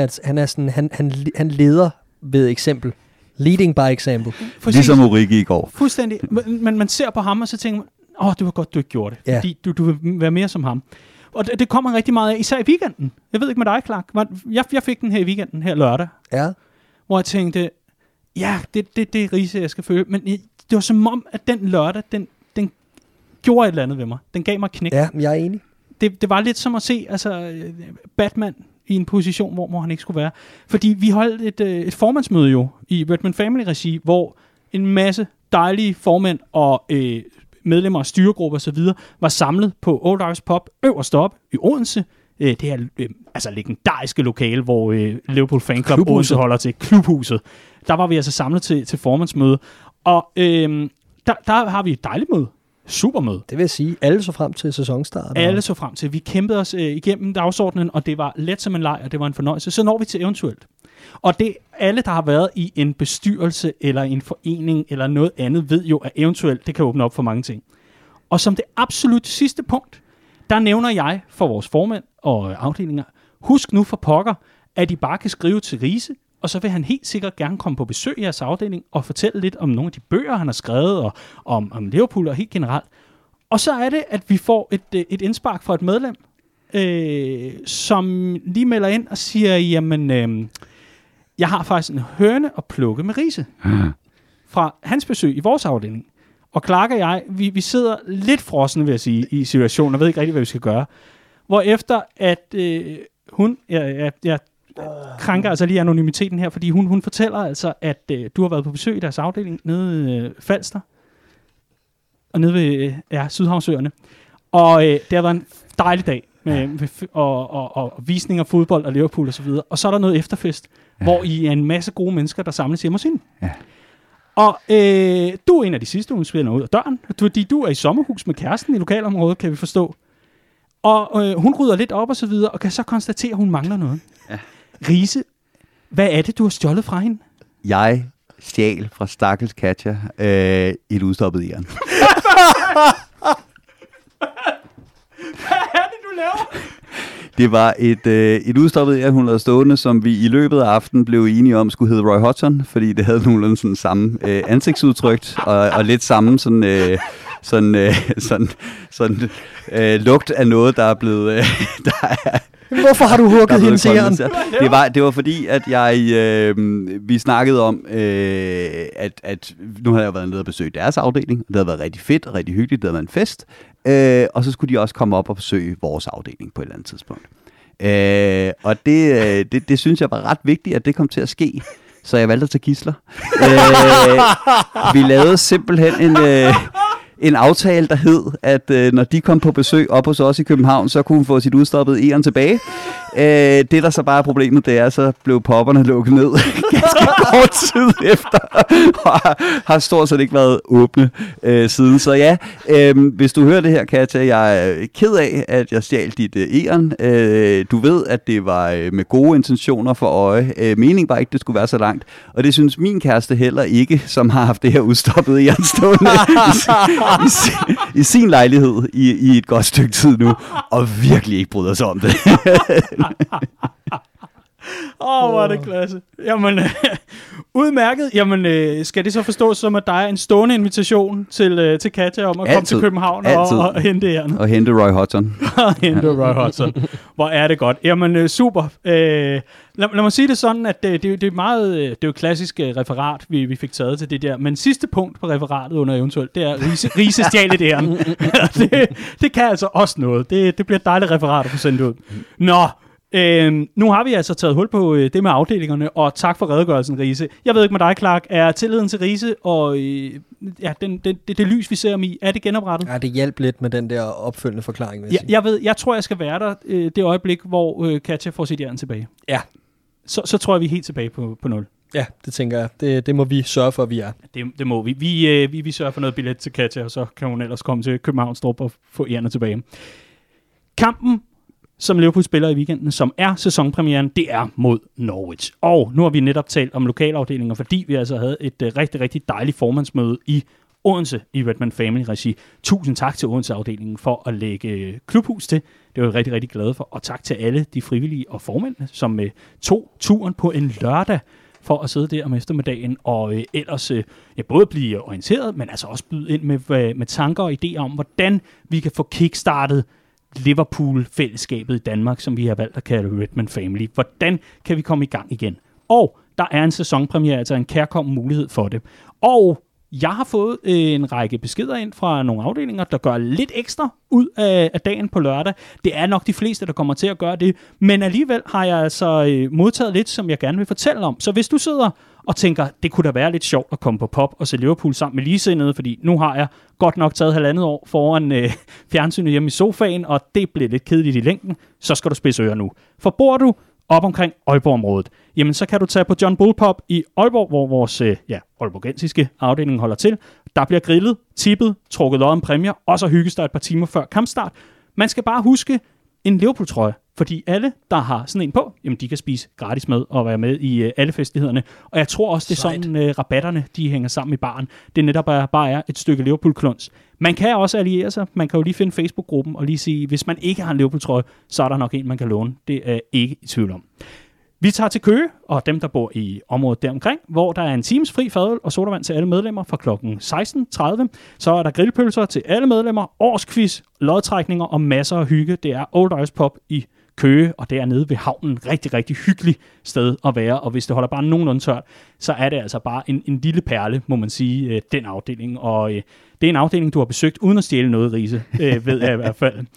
er han leder ved eksempel. Leading by example. Ligesom Origi i går. Fuldstændig. Men man ser på ham, og så tænker man, det var godt, du ikke gjorde det. Ja. Fordi du vil være mere som ham. Og det kommer rigtig meget af, især i weekenden. Jeg ved ikke med dig, Clark. Jeg fik den her i weekenden, her lørdag. Ja. Hvor jeg tænkte, ja, det er Riese, jeg skal føle. Men det var som om, at den lørdag, den gjorde et eller andet ved mig. Den gav mig knæk. Ja, jeg er enig. Det var lidt som at se Batman i en position, hvor han ikke skulle være. Fordi vi holdt et formandsmøde jo i Redman Family-regi, hvor en masse dejlige formænd og medlemmer af styregrupper osv. var samlet på Old Irish Pub øverst op i Odense. Det her legendariske lokale, hvor Liverpool Fan Club Odense holder til, Klubhuset. Der var vi altså samlet til formandsmøde. Og der har vi et dejligt møde. Supermøde. Det vil jeg sige, alle så frem til sæsonstart. Alle så frem til. Vi kæmpede os igennem dagsordenen, og det var let som en leg, og det var en fornøjelse. Så når vi til eventuelt. Og det alle, der har været i en bestyrelse, eller en forening, eller noget andet, ved jo, at eventuelt, det kan åbne op for mange ting. Og som det absolut sidste punkt, der nævner jeg for vores formand og afdelinger, husk nu for pokker, at I bare kan skrive til Riese, og så vil han helt sikkert gerne komme på besøg i jeres afdeling og fortælle lidt om nogle af de bøger, han har skrevet, og om Liverpool og helt generelt. Og så er det, at vi får et indspark fra et medlem, som lige melder ind og siger, jamen, jeg har faktisk en høne at plukke med Riese fra hans besøg i vores afdeling. Og Clark og jeg, vi sidder lidt frosne, vil jeg sige, i situationen, og ved ikke rigtig, hvad vi skal gøre. Hvorefter at hun, jeg krænker altså lige anonymiteten her, fordi hun fortæller altså, at du har været på besøg i deres afdeling nede i Falster, og nede ved Sydhavnsøerne. Og det har været en dejlig dag med og visning af fodbold og Liverpool og så videre. Og så er der noget efterfest, hvor I er en masse gode mennesker, der samles hjemme hos hende. Ja. Og du er en af de sidste, hun spiller ud af døren, fordi du er i sommerhus med kæresten i lokalområdet, kan vi forstå. Og hun rydder lidt op og så videre, og kan så konstatere, at hun mangler noget. Ja. Riese, hvad er det, du har stjålet fra hende? Jeg stjal fra stakkels Katja et udstoppet jern. Hvad er det, du laver? Det var et udstoppet jern, hun havde stående, som vi i løbet af aftenen blev enige om skulle hedde Roy Hodgson, fordi det havde nogenlunde sådan samme ansigtsudtryk og lidt samme sådan lugt af noget, der er blevet... Hvorfor har du hugget hendes jern? Det var fordi, at vi snakkede om, at nu havde jeg været nede og besøgt deres afdeling, og det havde været rigtig fedt og rigtig hyggeligt, det havde været en fest, og så skulle de også komme op og besøge vores afdeling på et eller andet tidspunkt. Og det synes jeg var ret vigtigt, at det kom til at ske, så jeg valgte at tage gidsler. Vi lavede simpelthen en aftale, der hed, at når de kom på besøg op hos os i København, så kunne hun få sit udstoppede egern tilbage. Det, der så bare er problemet, det er, så blev popperne lukket ned ganske kort tid efter, og har stort set ikke været åbne siden. Så ja, hvis du hører det her, Katja, jeg er ked af, at jeg stjal dit egern. Du ved, at det var med gode intentioner for øje. Meningen var ikke, det skulle være så langt. Og det synes min kæreste heller ikke, som har haft det her udstoppede egern stående i sin lejlighed i et godt stykke tid nu, og virkelig ikke bryder sig om det. Hvor er det klasse. Jamen, udmærket. Jamen, skal det så forstås som, at der er en stående invitation til Katja om at komme til København og hente jern? Og hente Roy Hodgson. Roy Hodgson. Hvor er det godt. Jamen, super. Lad mig sige det sådan, at det er meget, det er jo et klassisk referat, vi fik taget til det der. Men sidste punkt på referatet under eventuelt, det er Riese stjal et æren. det kan altså også noget. Det bliver et dejligt referat at få sendt ud. Nå, nu har vi altså taget hul på det med afdelingerne, og tak for redegørelsen, Riese. Jeg ved ikke med dig, Clark, er tilliden til Riese og det lys, vi ser om i, er det genoprettet? Ja, det hjalp lidt med den der opfølgende forklaring. Jeg tror, jeg skal være der det øjeblik, hvor Katja får sit jern tilbage. Ja. Så tror jeg, vi er helt tilbage på 0. Ja, det tænker jeg. Det må vi sørge for, at vi er. Det må vi. Vi sørger for noget billet til Katja, og så kan hun ellers komme til København Strup og få jernet tilbage. Kampen, som Liverpool spiller i weekenden, som er sæsonpremieren, det er mod Norwich. Og nu har vi netop talt om lokalafdelinger, fordi vi altså havde et rigtig, rigtig dejligt formandsmøde i Odense i Redman Family-regi. Tusind tak til Odense-afdelingen for at lægge klubhus til. Det var jeg rigtig, rigtig glad for. Og tak til alle de frivillige og formændene, som tog turen på en lørdag for at sidde der om eftermiddagen og ellers både blive orienteret, men altså også byde ind med tanker og idéer om, hvordan vi kan få kickstartet Liverpool-fællesskabet i Danmark, som vi har valgt at kalde Redman Family. Hvordan kan vi komme i gang igen? Og der er en sæsonpremiere, altså en kærkommen mulighed for det. Og jeg har fået en række beskeder ind fra nogle afdelinger, der gør lidt ekstra ud af dagen på lørdag. Det er nok de fleste, der kommer til at gøre det, men alligevel har jeg altså modtaget lidt, som jeg gerne vil fortælle om. Så hvis du sidder og tænker, det kunne da være lidt sjovt at komme på pop og se Liverpool sammen med ligesindede, fordi nu har jeg godt nok taget 1,5 år foran fjernsynet hjemme i sofaen, og det blev lidt kedeligt i længden, så skal du spidse ører nu. For bor du op omkring Aalborg-området, jamen så kan du tage på John Bull Pub i Aalborg, hvor vores aalborgensiske afdeling holder til. Der bliver grillet, tippet, trukket lod om præmier, og så hygges der et par timer før kampstart. Man skal bare huske en Liverpool-trøje, fordi alle, der har sådan en på, jamen de kan spise gratis med og være med i alle festlighederne. Og jeg tror også, det er sådan, rabatterne de hænger sammen i baren. Det netop bare er et stykke Liverpool-kluns. Man kan også alliere sig. Man kan jo lige finde Facebook-gruppen og lige sige, hvis man ikke har en Liverpool-trøje, så er der nok en, man kan låne. Det er jeg ikke i tvivl om. Vi tager til Køge, og dem, der bor i området deromkring, hvor der er en times fri fadøl og sodavand til alle medlemmer fra kl. 16.30. Så er der grillpølser til alle medlemmer, årsquiz, lodtrækninger og masser af hygge. Det er Old Irish Pub i Køge, og det er nede ved havnen. Rigtig, rigtig hyggeligt sted at være, og hvis det holder bare nogenlunde tørt, så er det altså bare en lille perle, må man sige, den afdeling. Og det er en afdeling, du har besøgt uden at stjæle noget, Riese, ved jeg i hvert fald.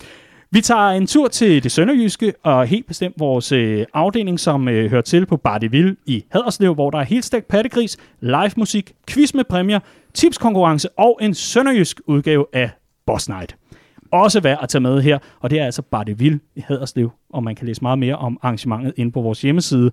Vi tager en tur til det sønderjyske, og helt bestemt vores afdeling, som hører til på Bar de Ville i Haderslev, hvor der er helt stegt pattegris, live musik, quiz med præmier, tipskonkurrence og en sønderjysk udgave af Boss Night. Også værd at tage med her, og det er altså Bar de Ville i Haderslev, og man kan læse meget mere om arrangementet inde på vores hjemmeside,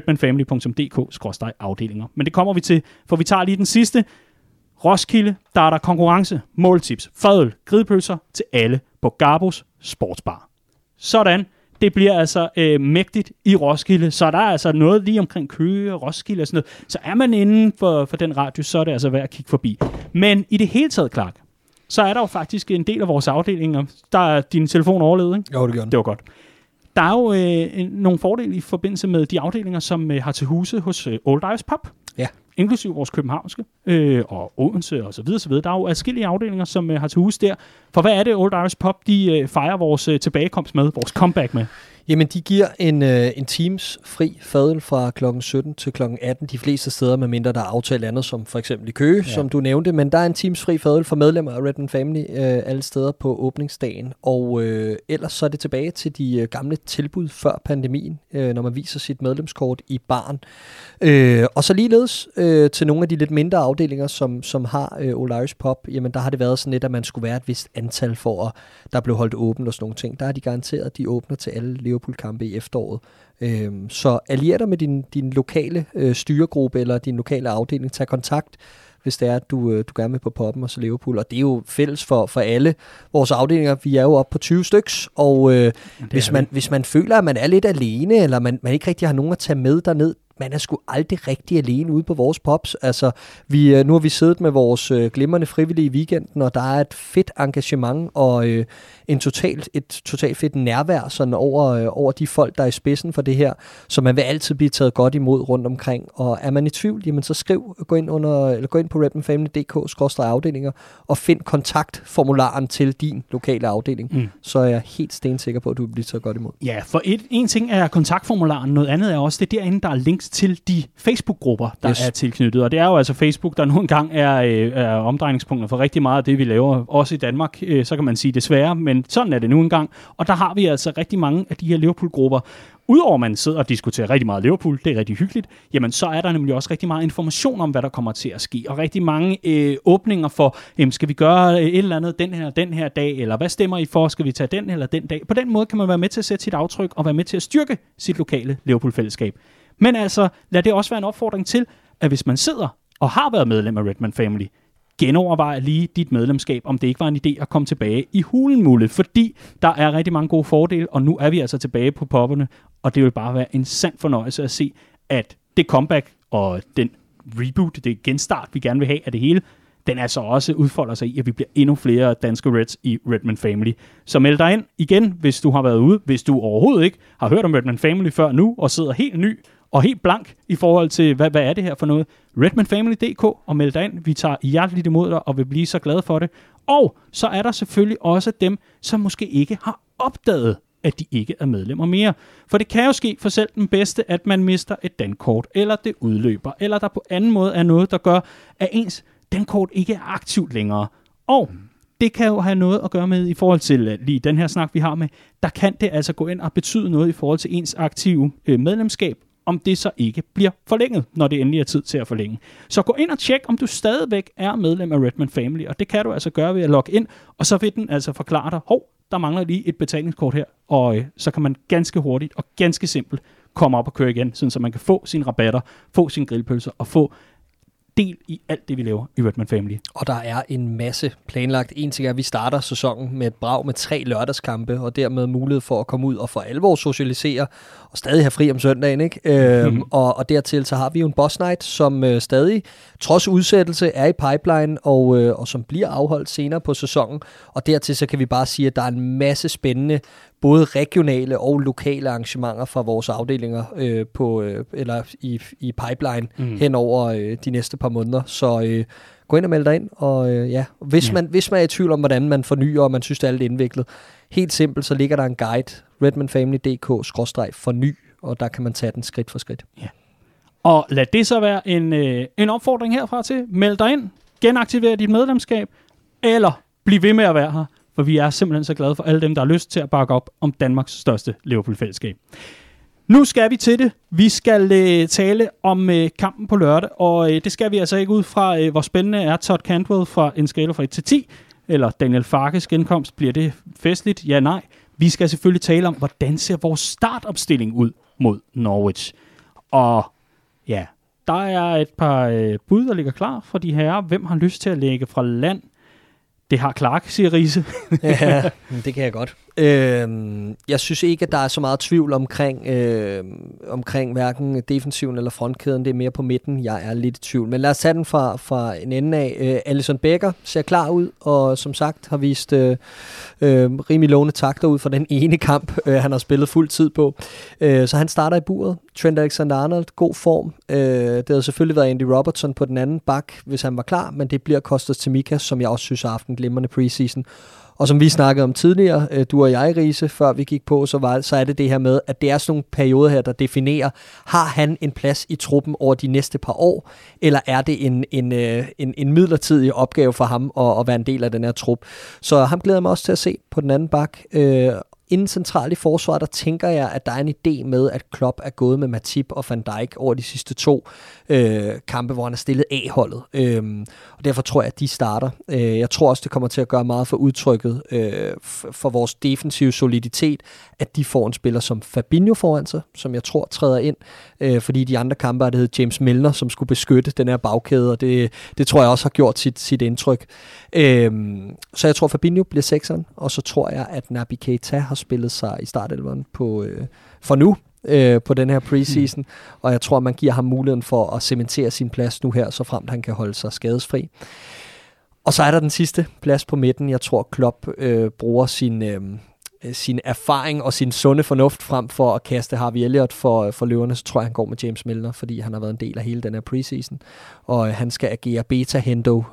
redmanfamily.dk/afdelinger. Men det kommer vi til, for vi tager lige den sidste. Roskilde, der er der konkurrence, måltips, fadøl, gridepølser til alle på Garbos Sportsbar. Sådan, det bliver altså mægtigt i Roskilde, så der er altså noget lige omkring Køge og Roskilde og sådan noget. Så er man inden for den radius, så er det altså værd at kigge forbi. Men i det hele taget, Clark, så er der jo faktisk en del af vores afdelinger. Der er din telefon overlevet, ikke? Jo, det gør den. Det var godt. Der er jo nogle fordele i forbindelse med de afdelinger, som har til huse hos Old Irish Pub. Ja. Inklusive vores københavnske og Odense og så videre, så videre. Der er jo adskillige afdelinger, som har til huse der. For hvad er det, Old Irish Pub, de fejrer vores tilbagekomst med, vores comeback med? Jamen, de giver en times fri fadøl fra klokken 17 til klokken 18 de fleste steder, medmindre der er aftalt andet, som for eksempel i Køge, som du nævnte. Men der er en times fri fadøl for medlemmer af Redman Family alle steder på åbningsdagen. Og ellers så er det tilbage til de gamle tilbud før pandemien, når man viser sit medlemskort i baren. Og så ligeledes til nogle af de lidt mindre afdelinger, som har Old Irish Pub, jamen der har det været sådan lidt, at man skulle være et vist antal for, at der blev holdt åbent og sådan nogle ting. Der har de garanteret, at de åbner til alle Liverpool-kampe i efteråret. Så allier dig med din lokale styregruppe eller din lokale afdeling. Tag kontakt, hvis det er, at du gerne vil på poppen og så Liverpool. Og det er jo fælles for alle vores afdelinger. Vi er jo oppe på 20 styks, og hvis man føler, at man er lidt alene, eller man ikke rigtig har nogen at tage med derned, man er sgu aldrig rigtig alene ude på vores pubs. Altså, nu har vi siddet med vores glimrende frivillige i weekenden, og der er et fedt engagement og et totalt fedt nærvær sådan over de folk, der er i spidsen for det her, så man vil altid blive taget godt imod rundt omkring. Og er man i tvivl, jamen så gå ind på redmanfamily.dk/afdelinger og find kontaktformularen til din lokale afdeling. Så er jeg helt stensikker på, at du vil blive taget godt imod. Ja, for en ting er kontaktformularen, noget andet er også det derinde, der er links til de Facebook-grupper, der er tilknyttet. Og det er jo altså Facebook, der nu engang er omdrejningspunkter for rigtig meget af det, vi laver, også i Danmark. Så kan man sige desværre, men sådan er det nu engang. Og der har vi altså rigtig mange af de her Liverpool-grupper. Udover at man sidder og diskuterer rigtig meget Liverpool, det er rigtig hyggeligt, jamen så er der nemlig også rigtig meget information om, hvad der kommer til at ske. Og rigtig mange åbninger for, skal vi gøre et eller andet den her dag, eller hvad stemmer I for, skal vi tage den eller den dag? På den måde kan man være med til at sætte sit aftryk og være med til at styrke sit lokale Liverpool-fællesskab. Men altså, lad det også være en opfordring til, at hvis man sidder og har været medlem af Redman Family, genovervej lige dit medlemskab, om det ikke var en idé at komme tilbage i hulen, Mulle, fordi der er rigtig mange gode fordele, og nu er vi altså tilbage på popperne, og det vil bare være en sand fornøjelse at se, at det comeback og den reboot, det genstart, vi gerne vil have af det hele, den altså også udfolder sig i, at vi bliver endnu flere danske Reds i Redman Family. Så meld dig ind igen, hvis du har været ude, hvis du overhovedet ikke har hørt om Redman Family før nu, og sidder helt ny og helt blank i forhold til, hvad er det her for noget? redmanfamily.dk, og meld dig ind. Vi tager hjerteligt imod dig, og vil blive så glade for det. Og så er der selvfølgelig også dem, som måske ikke har opdaget, at de ikke er medlemmer mere. For det kan jo ske for selv den bedste, at man mister et dankort, eller det udløber, eller der på anden måde er noget, der gør, at ens dankort ikke er aktivt længere. Og det kan jo have noget at gøre med i forhold til lige den her snak, vi har med. Der kan det altså gå ind og betyde noget i forhold til ens aktive medlemskab, om det så ikke bliver forlænget, når det endelig er tid til at forlænge. Så gå ind og tjek, om du stadigvæk er medlem af Redman Family, og det kan du altså gøre ved at logge ind, og så vil den altså forklare dig, der mangler lige et betalingskort her, og så kan man ganske hurtigt og ganske simpelt komme op og køre igen, sådan så man kan få sine rabatter, få sine grillpølser og få del i alt det, vi laver i Redman Family. Og der er en masse planlagt. En ting er, at vi starter sæsonen med et brag med 3 lørdagskampe, og dermed mulighed for at komme ud og for alvor socialisere, og stadig have fri om søndagen, ikke? Og dertil så har vi jo en Boss Night, som stadig, trods udsættelse, er i pipeline, og som bliver afholdt senere på sæsonen. Og dertil så kan vi bare sige, at der er en masse spændende både regionale og lokale arrangementer fra vores afdelinger eller i pipeline hen over de næste par måneder. Så gå ind og meld dig ind, og hvis man er i tvivl om, hvordan man fornyer, og man synes, det er lidt indviklet, helt simpelt, så ligger der en guide, redmanfamily.dk/forny, og der kan man tage den skridt for skridt. Ja. Og lad det så være en opfordring herfra til. Meld dig ind, genaktiver dit medlemskab, eller bliv ved med at være her. for vi er simpelthen så glade for alle dem, der har lyst til at bakke op om Danmarks største Liverpool-fællesskab. Nu skal vi til det. Vi skal tale om kampen på lørdag, og det skal vi altså ikke ud fra, hvor spændende er Todd Cantwell fra en skala fra 1 til 10, eller Daniel Farkes genkomst. Bliver det festligt? Ja, nej. Vi skal selvfølgelig tale om, hvordan ser vores startopstilling ud mod Norwich. Og ja, der er et par bud, der ligger klar for de herrer. Hvem har lyst til at lægge fra land? Det har Clark, siger Riese. Ja, det kan jeg godt. Jeg synes ikke, at der er så meget tvivl omkring hverken defensiven eller frontkæden. Det er mere på midten, jeg er lidt i tvivl. Men lad os tage den fra en ende af. Alisson Becker ser klar ud, og som sagt har vist rimelig lovende takter ud for den ene kamp, han har spillet fuld tid på. Så han starter i buret. Trent Alexander-Arnold, god form. Det havde selvfølgelig været Andy Robertson på den anden bak, hvis han var klar, men det bliver Kostas Tsimikas, som jeg også synes har haft en glimrende preseason. Og som vi snakkede om tidligere, du og jeg, Riese, før vi gik på, så er det her med, at det er sådan nogle perioder her, der definerer, har han en plads i truppen over de næste par år, eller er det en midlertidig opgave for ham at være en del af den her trup. Så ham glæder jeg mig også til at se på den anden bak. Inden centralt i forsvaret, der tænker jeg, at der er en idé med, at Klopp er gået med Matip og Van Dijk over de sidste 2 kampe, hvor han har stillet A-holdet. Og derfor tror jeg, at de starter. Jeg tror også, det kommer til at gøre meget for udtrykket for vores defensive soliditet, at de får en spiller som Fabinho foran sig, som jeg tror træder ind, fordi de andre kampe, det hed James Milner, som skulle beskytte den her bagkæde, og det tror jeg også har gjort sit indtryk. Så jeg tror, Fabinho bliver 6'eren, og så tror jeg, at Naby Keita har spillet sig i startelveren for nu, på den her preseason, og jeg tror, man giver ham muligheden for at cementere sin plads nu her, så fremt han kan holde sig skadesfri. Og så er der den sidste plads på midten. Jeg tror, Klopp bruger sin erfaring og sin sunde fornuft frem for at kaste Harvey Elliott for løverne, så tror jeg, han går med James Milner, fordi han har været en del af hele den her preseason, og han skal agere beta-hendo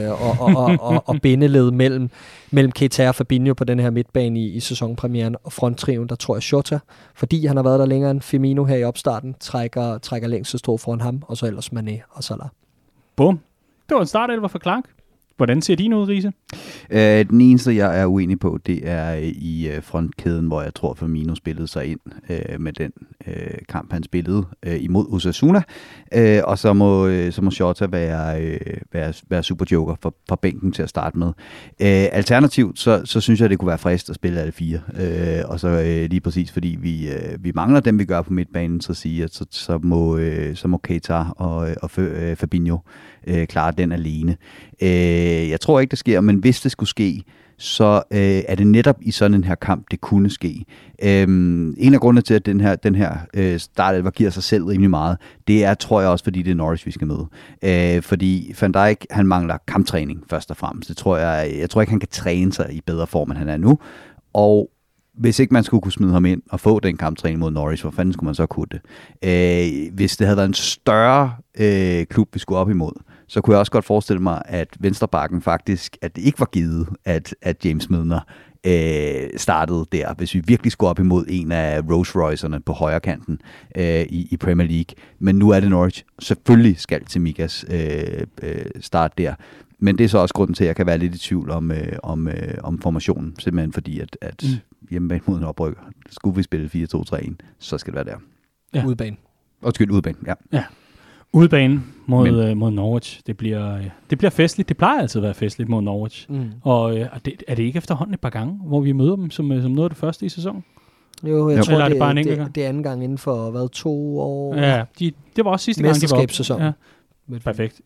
og bindeled mellem Keita og Fabinho på den her midtbane i sæsonpremieren, og fronttriven, der tror jeg Jota, fordi han har været der længere end Firmino her i opstarten, trækker længst strå foran ham, og så ellers Mané og Salah. Bum. Det var en startelver for Clark. Hvordan ser din ud, Riese? Den eneste, jeg er uenig på, det er i frontkæden, hvor jeg tror, Firmino spillede sig ind med den kamp, han spillede imod Osasuna. Og så må Jota være superjoker fra bænken til at starte med. Alternativt, så synes jeg, det kunne være frist at spille alle 4. Og så lige præcis, fordi vi mangler dem, vi gør på midtbanen, så må Keita og Fabinho klare den alene. Jeg tror ikke, det sker, men hvis det skulle ske, så er det netop i sådan en her kamp, det kunne ske. En af grundene til, at den her startelver giver sig selv rimelig meget, det er, tror jeg også, fordi det er Norwich, vi skal møde. Fordi Van Dijk, han mangler kamptræning først og fremmest. Jeg tror ikke, han kan træne sig i bedre form, end han er nu. Og hvis ikke man skulle kunne smide ham ind og få den kamptræning mod Norwich, hvor fanden skulle man så kunne det? Hvis det havde været en større klub, vi skulle op imod, så kunne jeg også godt forestille mig, at venstrebakken faktisk, at det ikke var givet, at James Milner startede der, hvis vi virkelig skulle op imod en af Rolls Royce'erne på højre kanten i Premier League. Men nu er det Norwich. Selvfølgelig skal Tsimikas starte der. Men det er så også grunden til, at jeg kan være lidt i tvivl om formationen, simpelthen fordi, at hjemmebane mod en oprykker, skulle vi spille 4-2-3-1, så skal det være der. Ja. Udebane. Udebane, ja. Udebane mod Norwich. Det bliver festligt. Det plejer altid at være festligt mod Norwich. Og er det ikke efterhånden et par gange, hvor vi møder dem som noget af det første i sæsonen? Jo, jeg tror, det er anden gang inden for 2 år. Ja, det var også sidste gang, de var mesterskabssæson. Ja. Perfekt.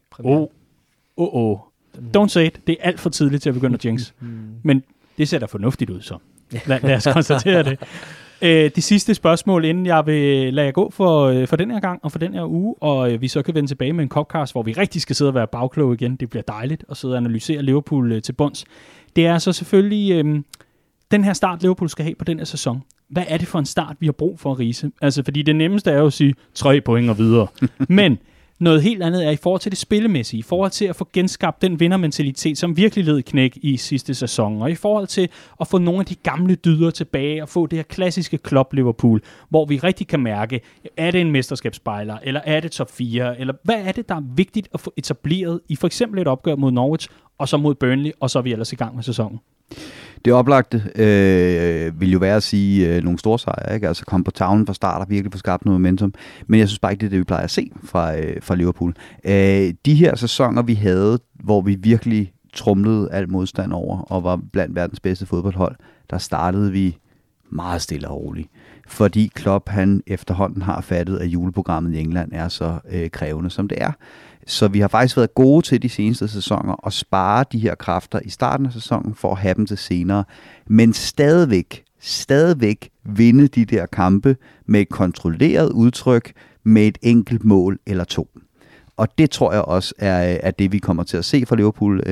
Don't say it. Det er alt for tidligt til at begynde at jinx. Men det ser da fornuftigt ud så. Lad os konstatere det. De sidste spørgsmål, inden jeg vil lade jer gå for den her gang og for den her uge, og vi så kan vende tilbage med en podcast, hvor vi rigtig skal sidde og være bagkloge igen. Det bliver dejligt at sidde og analysere Liverpool til bunds. Det er så selvfølgelig den her start, Liverpool skal have på den her sæson. Hvad er det for en start, vi har brug for at Riise? Altså, fordi det nemmeste er jo at sige 3 point og videre. Men noget helt andet er i forhold til det spillemæssige, i forhold til at få genskabt den vindermentalitet, som virkelig led knæk i sidste sæson, og i forhold til at få nogle af de gamle dyder tilbage og få det her klassiske Klopp Liverpool, hvor vi rigtig kan mærke, er det en mesterskabsspejler, eller er det top 4, eller hvad er det, der er vigtigt at få etableret i for eksempel et opgør mod Norwich, og så mod Burnley, og så er vi ellers i gang med sæsonen. Det oplagte vil jo være at sige nogle store sejre, ikke? Altså komme på tavlen fra start og virkelig få skabt noget momentum. Men jeg synes bare ikke, det er det, vi plejer at se fra Liverpool. De her sæsoner, vi havde, hvor vi virkelig tromlede alt modstand over og var blandt verdens bedste fodboldhold, der startede vi meget stille og roligt. Fordi Klopp, han efterhånden har fattet, at juleprogrammet i England er så krævende, som det er. Så vi har faktisk været gode til de seneste sæsoner at spare de her kræfter i starten af sæsonen for at have dem til senere. Men stadigvæk vinde de der kampe med et kontrolleret udtryk med et enkelt mål eller 2. Og det tror jeg også er det, vi kommer til at se fra Liverpool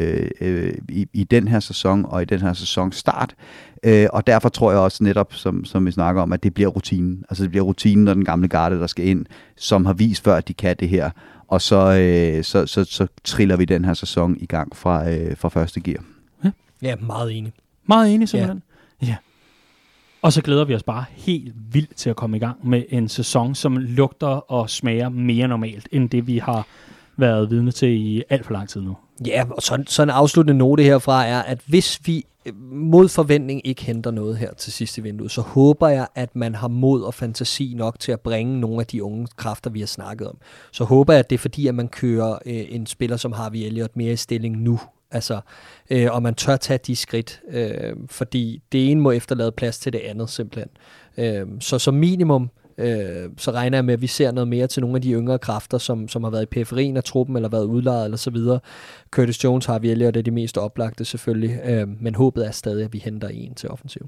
i den her sæson og i den her sæsonstart. Og derfor tror jeg også netop, som vi snakker om, at det bliver rutinen. Altså det bliver rutinen og den gamle garde, der skal ind, som har vist før, at de kan det her. Og så triller vi den her sæson i gang fra første gear. Ja, meget enig. Meget enig, simpelthen. Ja. Og så glæder vi os bare helt vildt til at komme i gang med en sæson, som lugter og smager mere normalt, end det vi har været vidne til i alt for lang tid nu. Ja, og så en afsluttende note herfra er, at hvis vi mod forventning ikke henter noget her til sidste vindue, så håber jeg, at man har mod og fantasi nok til at bringe nogle af de unge kræfter, vi har snakket om. Så håber jeg, at det er fordi, at man kører en spiller som Harvey Elliott mere i stilling nu. Altså, og man tør tage de skridt, fordi det ene må efterlade plads til det andet simpelthen. Så som minimum, så regner jeg med, at vi ser noget mere til nogle af de yngre kræfter, som har været i periferien af truppen, eller været udlejet, eller så videre. Curtis Jones har vi og det er de mest oplagte selvfølgelig, men håbet er stadig, at vi henter en til offensiv.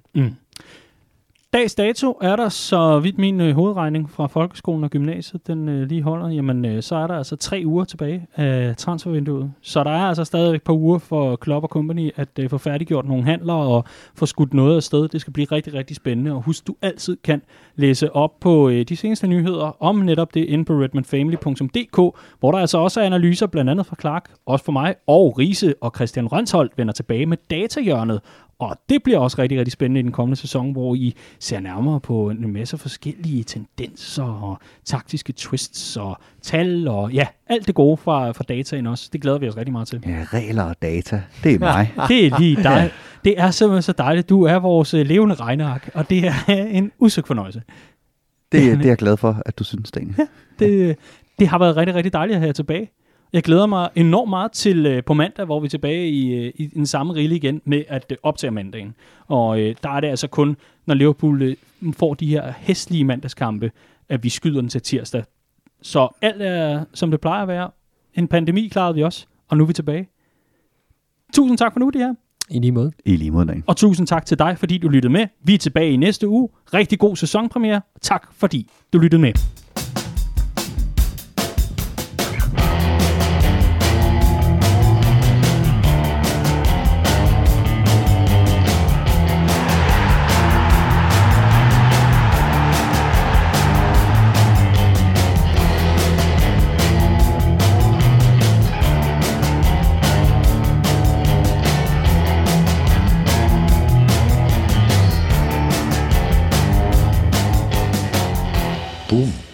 Dags dato er der, så vidt min hovedregning fra folkeskolen og gymnasiet, den lige holder, jamen så er der altså 3 uger tilbage af transfervinduet. Så der er altså stadig et par uger for Klopp og Company at få færdiggjort nogle handler og få skudt noget af sted. Det skal blive rigtig, rigtig spændende. Og husk, du altid kan læse op på de seneste nyheder om netop det inde på redmanfamily.dk, hvor der altså også er analyser, blandt andet fra Clark, også for mig, og Riese og Christian Rønsholt vender tilbage med datahjørnet. Og det bliver også rigtig, rigtig spændende i den kommende sæson, hvor I ser nærmere på en masse forskellige tendenser og taktiske twists og tal og ja, alt det gode fra dataen også. Det glæder vi os rigtig meget til. Ja, regler og data, det er mig. Det er lige dig. Det er simpelthen så dejligt. Du er vores levende regneark, og det er en usøgt fornøjelse. Det er jeg glad for, at du synes, Daniel. Ja, det har været rigtig, rigtig dejligt at have tilbage. Jeg glæder mig enormt meget til på mandag, hvor vi er tilbage i den samme rille igen med at optage mandagen. Og der er det altså kun, når Liverpool får de her hæslige mandagskampe, at vi skyder den til tirsdag. Så alt er, som det plejer at være. En pandemi klarede vi også, og nu er vi tilbage. Tusind tak for nu, det her. I lige måde. I lige måde, Daniel. Og tusind tak til dig, fordi du lyttede med. Vi er tilbage i næste uge. Rigtig god sæsonpremiere. Tak, fordi du lyttede med. Boom.